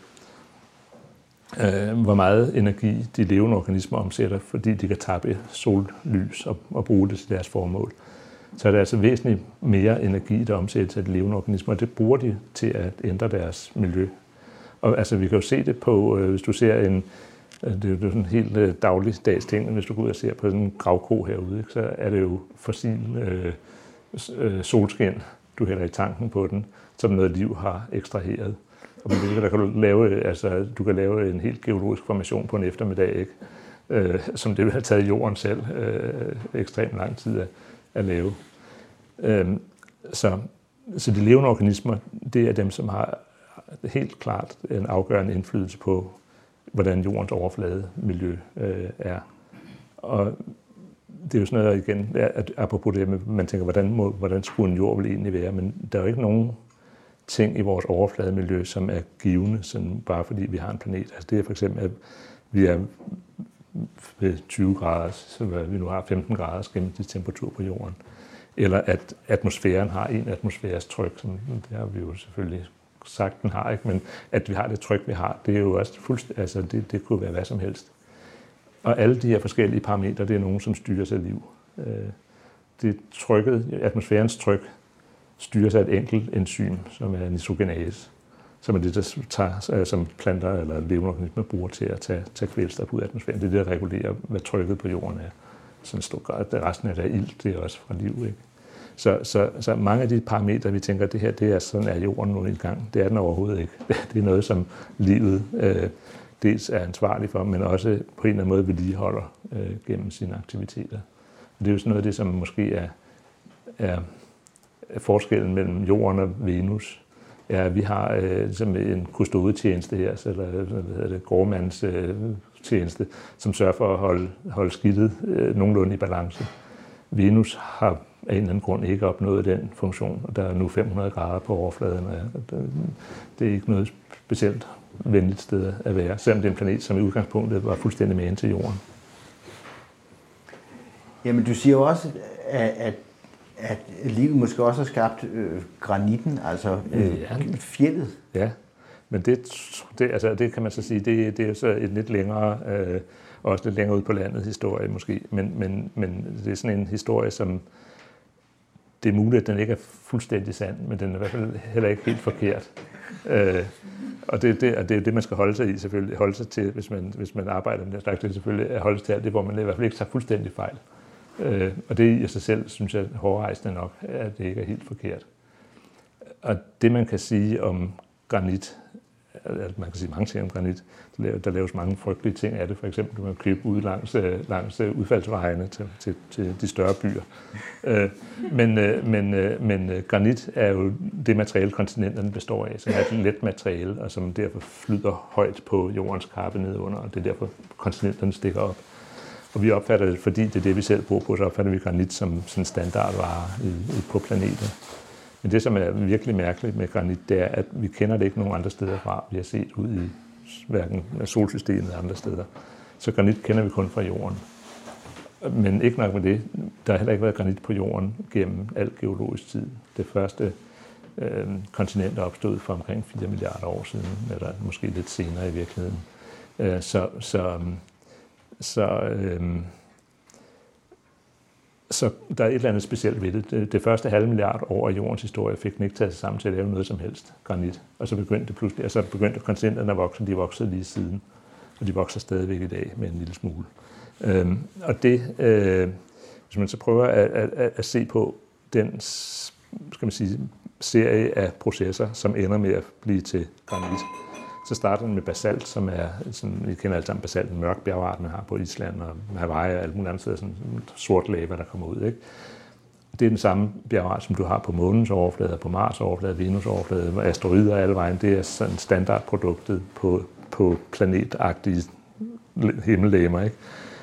hvor meget energi de levende organismer omsætter, fordi de kan tappe sollys og bruge det til deres formål, så er det altså væsentligt mere energi, der omsættes af de levende organismer, og det bruger de til at ændre deres miljø. Og altså, vi kan jo se det på, hvis du ser det er jo sådan en helt dagligdags ting, hvis du går ud og ser på sådan en gravko herude, ikke, så er det jo fossil solskin, du hælder i tanken på den, som noget liv har ekstraheret. Og der kan du kan lave en helt geologisk formation på en eftermiddag, ikke? Som det vil have taget jorden selv ekstremt lang tid at lave. Så de levende organismer, det er dem, som har helt klart en afgørende indflydelse på, hvordan jordens overflademiljø er. Og det er jo sådan noget igen, at apropos det med, man tænker, hvordan skulle en jord vel egentlig være, men der er jo ikke nogen ting i vores overflademiljø, som er givende, sådan bare fordi vi har en planet. Altså det er for eksempel, at vi er ved 20 grader, så vi nu har 15 graders gennemsnitstemperatur på jorden. Eller at atmosfæren har en atmosfæres tryk, som det har vi jo selvfølgelig sagt, den har, ikke? Men at vi har det tryk, vi har, det er jo også fuldstændig, altså det kunne være hvad som helst. Og alle de her forskellige parametre, det er nogen, som styres af liv. Det trykket, atmosfærens tryk, styres af et enkelt enzym, som er nitrogenase, som er det, der som planter eller levende organismer bruger til at tage kvælstof ud af atmosfæren. Det er det, der regulerer, hvad trykket på jorden er. Sådan stor grad. Resten af det er ilt, det er også fra liv, ikke? Så mange af de parametre, vi tænker, det her, det er sådan, er jorden nu en gang. Det er den overhovedet ikke. Det er noget, som livet dels er ansvarlig for, men også på en eller anden måde vedligeholder gennem sine aktiviteter. Og det er jo sådan noget af det, som måske er forskellen mellem jorden og Venus. Ja, vi har ligesom en kustodetjeneste her, eller gårdmands tjeneste, som sørger for at holde skidtet nogenlunde i balance. Venus har af en eller anden grund ikke opnået den funktion, og der er nu 500 grader på overfladen. Det er ikke noget specielt venligt sted at være, selvom det er en planet, som i udgangspunktet var fuldstændig med ind til jorden. Jamen, du siger jo også, at livet måske også har skabt granitten, altså fjeldet. Ja, men det kan man så sige, det er så et lidt længere, også lidt længere ud på landet historie måske, men det er sådan en historie, som det er muligt, at den ikke er fuldstændig sand, men den er i hvert fald heller ikke helt forkert. Og det er det, man skal holde sig i, selvfølgelig. Holde sig til, hvis man arbejder med den slags, det er selvfølgelig at holde sig til alt det, hvor man i hvert fald ikke tager fuldstændig fejl. Og det i sig selv, synes jeg, hårdrejsende nok, at det ikke er helt forkert. Og det, man kan sige om granit, man kan sige mange ting om granit, der laves mange frygtelige ting af det. For eksempel, du kan købe ud langs udfaldsvejene til de større byer. Men granit er jo det materiale, kontinenterne består af, som er et let materiale, og som derfor flyder højt på jordens kappe nedunder, og det er derfor, kontinenterne stikker op. Og vi opfatter det, fordi det er det, vi selv bruger på, så opfatter vi granit som sådan en standardvare på planeten. Men det, som er virkelig mærkeligt med granit, det er, at vi kender det ikke nogen andre steder fra. Vi har set ud i hverken solsystemet eller andre steder. Så granit kender vi kun fra jorden. Men ikke nok med det, der har heller ikke været granit på jorden gennem al geologisk tid. Det første kontinent opstod for omkring 4 milliarder år siden, eller måske lidt senere i virkeligheden. Så der er et eller andet specielt ved det. Det første halve milliard år af jordens historie fik den ikke taget sig sammen til at lave noget som helst granit. Og så begyndte det pludselig, kontinenterne at vokse, de voksede lige siden. Og de vokser stadigvæk i dag med en lille smule. Og det, hvis man så prøver at se på den, skal man sige, serie af processer, som ender med at blive til granit, så starter den med basalt, som er, sådan, vi kender alle sammen basalt, en mørk bjergart, man har på Island og Hawaii og alle mulige andre steder, sådan sort lava, der kommer ud, ikke? Det er den samme bjergart, som du har på månens overflade, på Mars overflade, Venus overflade, asteroider og alle vejen. Det er sådan standardproduktet på på planetagtige himmellegemer, ikke?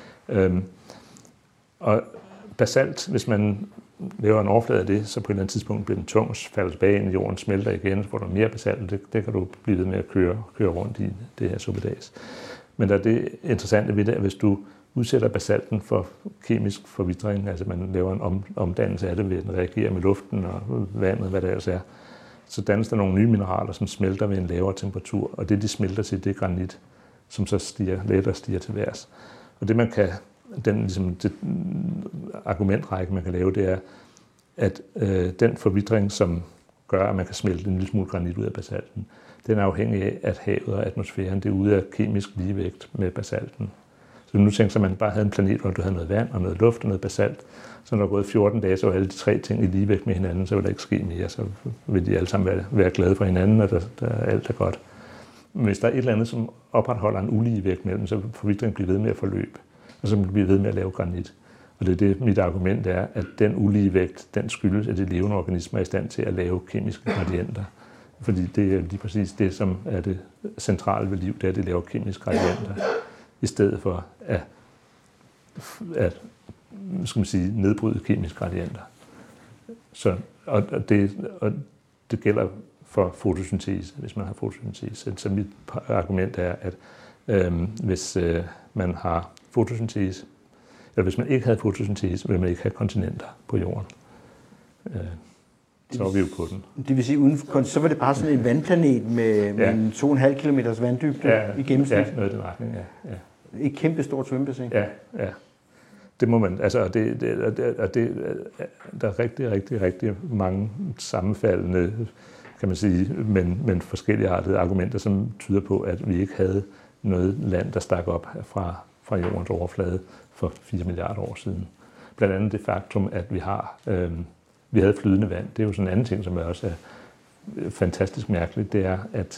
Og basalt, hvis man laver en overflade af det, så på et eller andet tidspunkt bliver den tung, falder tilbage ind i jorden, smelter igen, så får du mere basalt, det kan du blive ved med at køre rundt i det her suppedags. Men der er det interessante ved det, at hvis du udsætter basalten for kemisk forvitring, altså man laver en omdannelse af det ved at reagere med luften og vandet, hvad det ellers er, så dannes der nogle nye mineraler, som smelter ved en lavere temperatur, og det de smelter til, det er granit, som så lettere stiger til værs. Og det man kan, det argumentrække, man kan lave, det er, at den forvitring, som gør, at man kan smelte en lille smule granit ud af basalten, den er afhængig af, at havet og atmosfæren det er ude af kemisk ligevægt med basalten. Så nu tænker man, at man bare havde en planet, hvor du havde noget vand og noget luft og noget basalt. Så når der er gået 14 dage, så var alle de tre ting i ligevægt med hinanden, så vil der ikke ske mere. Så vil de alle sammen være glade for hinanden, og der alt er godt. Men hvis der er et eller andet, som opretholder en uligevægt mellem, så vil forvitringen blive ved med at forløbe, og så bliver ved med at lave granit. Og det er det, mit argument er, at den uligevægt, den skyldes, at de levende organismer er i stand til at lave kemiske gradienter. Fordi det er lige præcis det, som er det centrale ved liv, det er, at det laver kemiske gradienter, i stedet for at skal man sige, nedbryde kemiske gradienter. Så, og det gælder for fotosyntese, hvis man har fotosyntese. Så mit argument er, at hvis man har fotosyntese, eller hvis man ikke havde fotosyntese, vil man ikke have kontinenter på jorden. Så var vi jo på den. Det vil sige, så var det bare sådan en vandplanet med en 2,5 kilometers vanddybde i gennemsnit? Ja, noget i den retning, ja. Et kæmpe stort svømmebassin? Ja. Det må man, altså, der er rigtig mange sammenfaldende, kan man sige, men forskelligartede argumenter, som tyder på, at vi ikke havde noget land, der stak op fra jordens overflade for 4 milliarder år siden. Blandt andet det faktum, at vi havde flydende vand. Det er jo sådan en anden ting, som også er fantastisk mærkeligt. Det er, at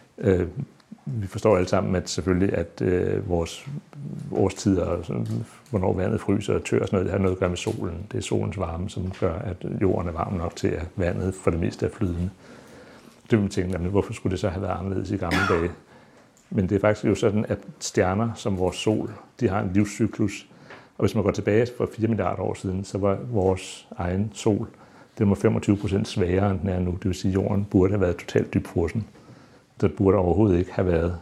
vi forstår alle sammen, at selvfølgelig, at vores årstider, og sådan, hvornår vandet fryser og tør og sådan noget, det har noget at gøre med solen. Det er solens varme, som gør, at jorden er varm nok til, at vandet for det meste er flydende. Det vil man tænke, hvorfor skulle det så have været anderledes i gamle dage? Men det er faktisk jo sådan, at stjerner som vores sol, de har en livscyklus. Og hvis man går tilbage for 4 milliarder år siden, så var vores egen sol, den var 25% svagere, end den er nu. Det vil sige, at jorden burde have været totalt dybfrossen. Der burde overhovedet ikke have været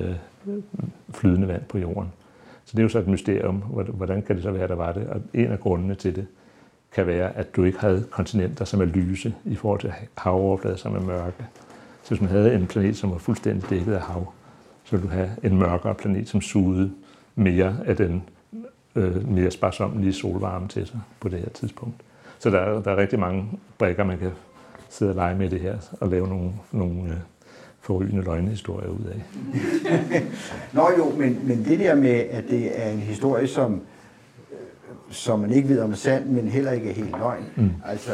flydende vand på jorden. Så det er jo så et mysterium. Hvordan kan det så være, der var det? Og en af grundene til det kan være, at du ikke havde kontinenter, som er lyse i forhold til havoverflader, som er mørke. Så hvis man havde en planet, som var fuldstændig dækket af hav, så ville du have en mørkere planet, som sugede mere af den mere sparsommelige solvarme til sig på det her tidspunkt. Så der er rigtig mange brikker, man kan sidde og lege med det her og lave nogle forrygende løgnehistorier ud af. Nå jo, men det der med, at det er en historie, som man ikke ved om er sand, men heller ikke er helt løgn. Altså,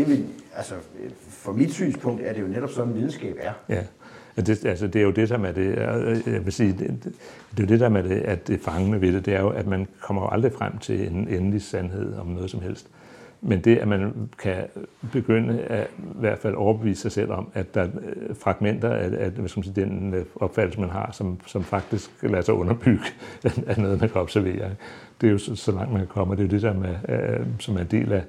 for mit synspunkt er det jo netop sådan, videnskab er. Ja. Det er jo det, der med det, jeg vil sige, det er jo det der med det, at det fangende ved det, det er jo, at man kommer jo aldrig frem til en endelig sandhed om noget som helst. Men det, at man kan begynde at i hvert fald overbevise sig selv om, at der er fragmenter af den opfattelse, man har, som faktisk lader sig underbygge af noget, man kan observere. Det er jo så langt, man kan komme, og det er jo det, der med, som er en del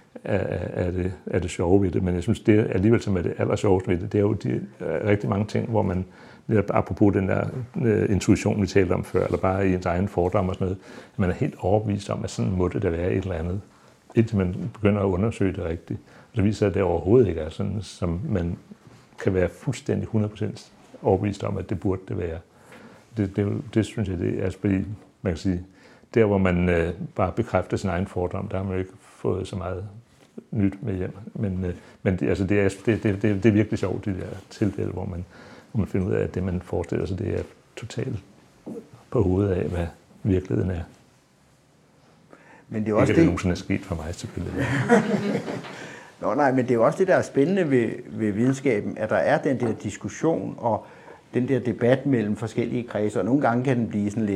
af det sjove ved det. Men jeg synes, det er alligevel, som er det allersjoveste ved det, det er jo rigtig mange ting, hvor man, apropos den der intuition, vi talte om før, eller bare i ens egen fordom og sådan noget, at man er helt overbevist om, at sådan må det da være et eller andet, indtil man begynder at undersøge det rigtigt. Og så viser sig, at det overhovedet ikke er sådan, som man kan være fuldstændig 100% overbevist om, at det burde det være. Det synes jeg, det er, fordi man kan sige, der hvor man bare bekræfter sin egen fordom, der har man jo ikke fået så meget nyt med hjem. Men det er virkelig sjovt, de der tilfælde, hvor man finder ud af, at det, man forestiller sig, det er totalt på hovedet af, hvad virkeligheden er. Men det er også det nogensinde er sket for mig, selvfølgelig. Nå nej, men det er jo også det, der er spændende ved videnskaben, at der er den der diskussion og den der debat mellem forskellige kredser, og nogle gange kan den blive sådan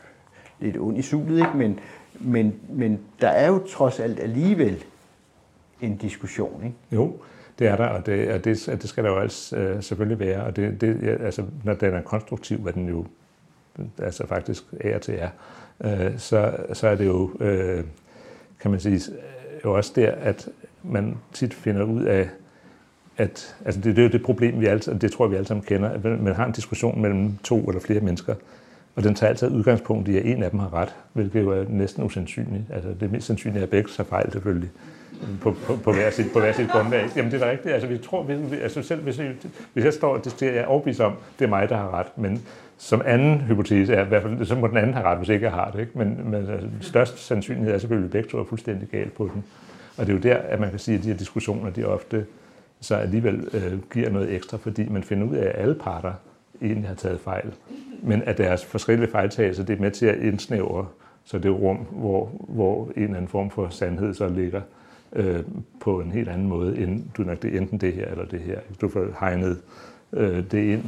lidt ond i sulet, ikke? Men der er jo trods alt alligevel en diskussion, ikke? Jo, det er der, og det skal der jo selvfølgelig være. Og altså, når den er konstruktiv, hvad den jo altså faktisk af og til er, så er det jo, kan man sige, jo også der, at man tit finder ud af, at altså det er jo det problem, det tror jeg, vi alle sammen kender, at man har en diskussion mellem 2 eller flere mennesker, og den tager altid udgangspunkt i, at en af dem har ret, hvilket jo er næsten usandsynligt. Altså det mest sandsynlige er, at begge tager fejl selvfølgelig, på hver sit grundlag. Jamen det er da rigtigt. Altså vi tror, altså selv hvis jeg står og diskuterer, jeg er overbevist om, det er mig, der har ret, men som anden hypotese er i hvert fald, så må den anden have ret, hvis ikke jeg har det. Ikke? Men altså, størst sandsynlighed er selvfølgelig, at begge to er fuldstændig galt på den. Og det er jo der, at man kan sige, at de her diskussioner, de ofte så alligevel giver noget ekstra, fordi man finder ud af, at alle parter egentlig har taget fejl. Men at deres forskellige fejltagelser, det er med til at indsnævre, så det er rum, hvor en eller anden form for sandhed så ligger på en helt anden måde, end du nok det enten det her eller det her. Du får hegnet det ind.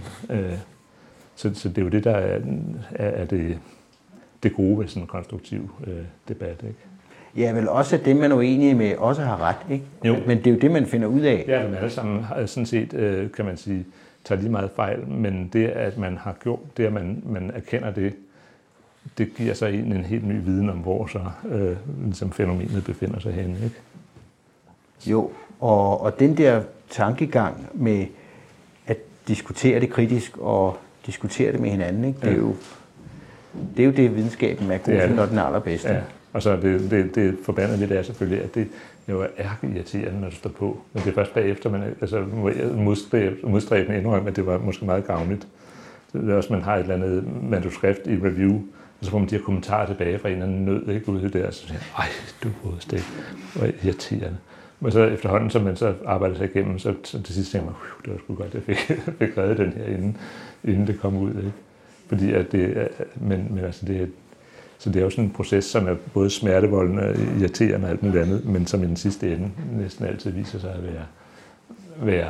Så det er jo det, der er det gode ved sådan en konstruktiv debat, ikke? Ja, vel også at det, man er uenige med, også har ret, ikke? Jo. Men det er jo det, man finder ud af. Ja, men alle sammen sådan set, kan man sige, tager lige meget fejl, men det, at man har gjort det, at man erkender det giver sig en helt ny viden om, hvor så ligesom fænomenet befinder sig henne, ikke? Jo, og den der tankegang med at diskutere det kritisk og diskutere det med hinanden, ikke? Det er jo det, videnskaben er god til, når den er allerbedste. Ja. Og så det forbandede lidt er selvfølgelig, at det jo er ærkeirriterende, når du står på. Men det er først bagefter, man altså modstræbende indrømme, at det var måske meget gavnligt. Det er også, man har et eller andet manuskript i review, og så får man de her kommentarer tilbage fra en eller anden nød, ikke, ude der, og så siger ej, du godeste, det var irriterende. Men så efterhånden, som man så arbejder sig igennem, så til sidst tænker man, det var sgu godt, jeg fik reddet den her, inden det kom ud, ikke? Fordi at det, men altså så det er jo sådan en proces, som er både smertevoldende og irriterende og alt muligt andet, men som i den sidste ende næsten altid viser sig at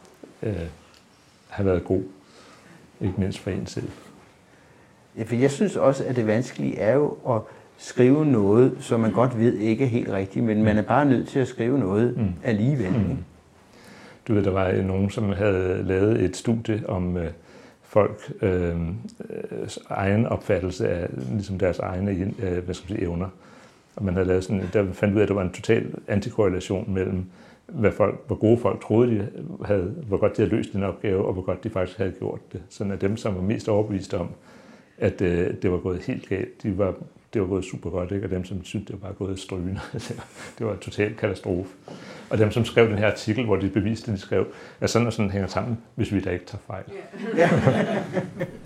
have været god. Ikke mindst for en selv. Ja, for jeg synes også, at det vanskelige er jo at skrive noget, som man godt ved ikke er helt rigtigt, men man er bare nødt til at skrive noget alligevel. Du ved, der var nogen, som havde lavet et studie om folk egen opfattelse af ligesom deres egne evner. Og man havde lavet sådan, der fandt ud af, at der var en total antikorrelation mellem hvor gode folk troede, de havde, hvor godt de havde løst en opgave, og hvor godt de faktisk havde gjort det. Sådan at dem, som var mest overbevist om, at det var gået helt galt, det var gået super godt, ikke? Og dem, som syntes, det var bare gået strygende. Det var en total katastrofe. Og dem, som skrev den her artikel, hvor de beviste, de skrev, at sådan og sådan hænger sammen, hvis vi da ikke tager fejl. Ja.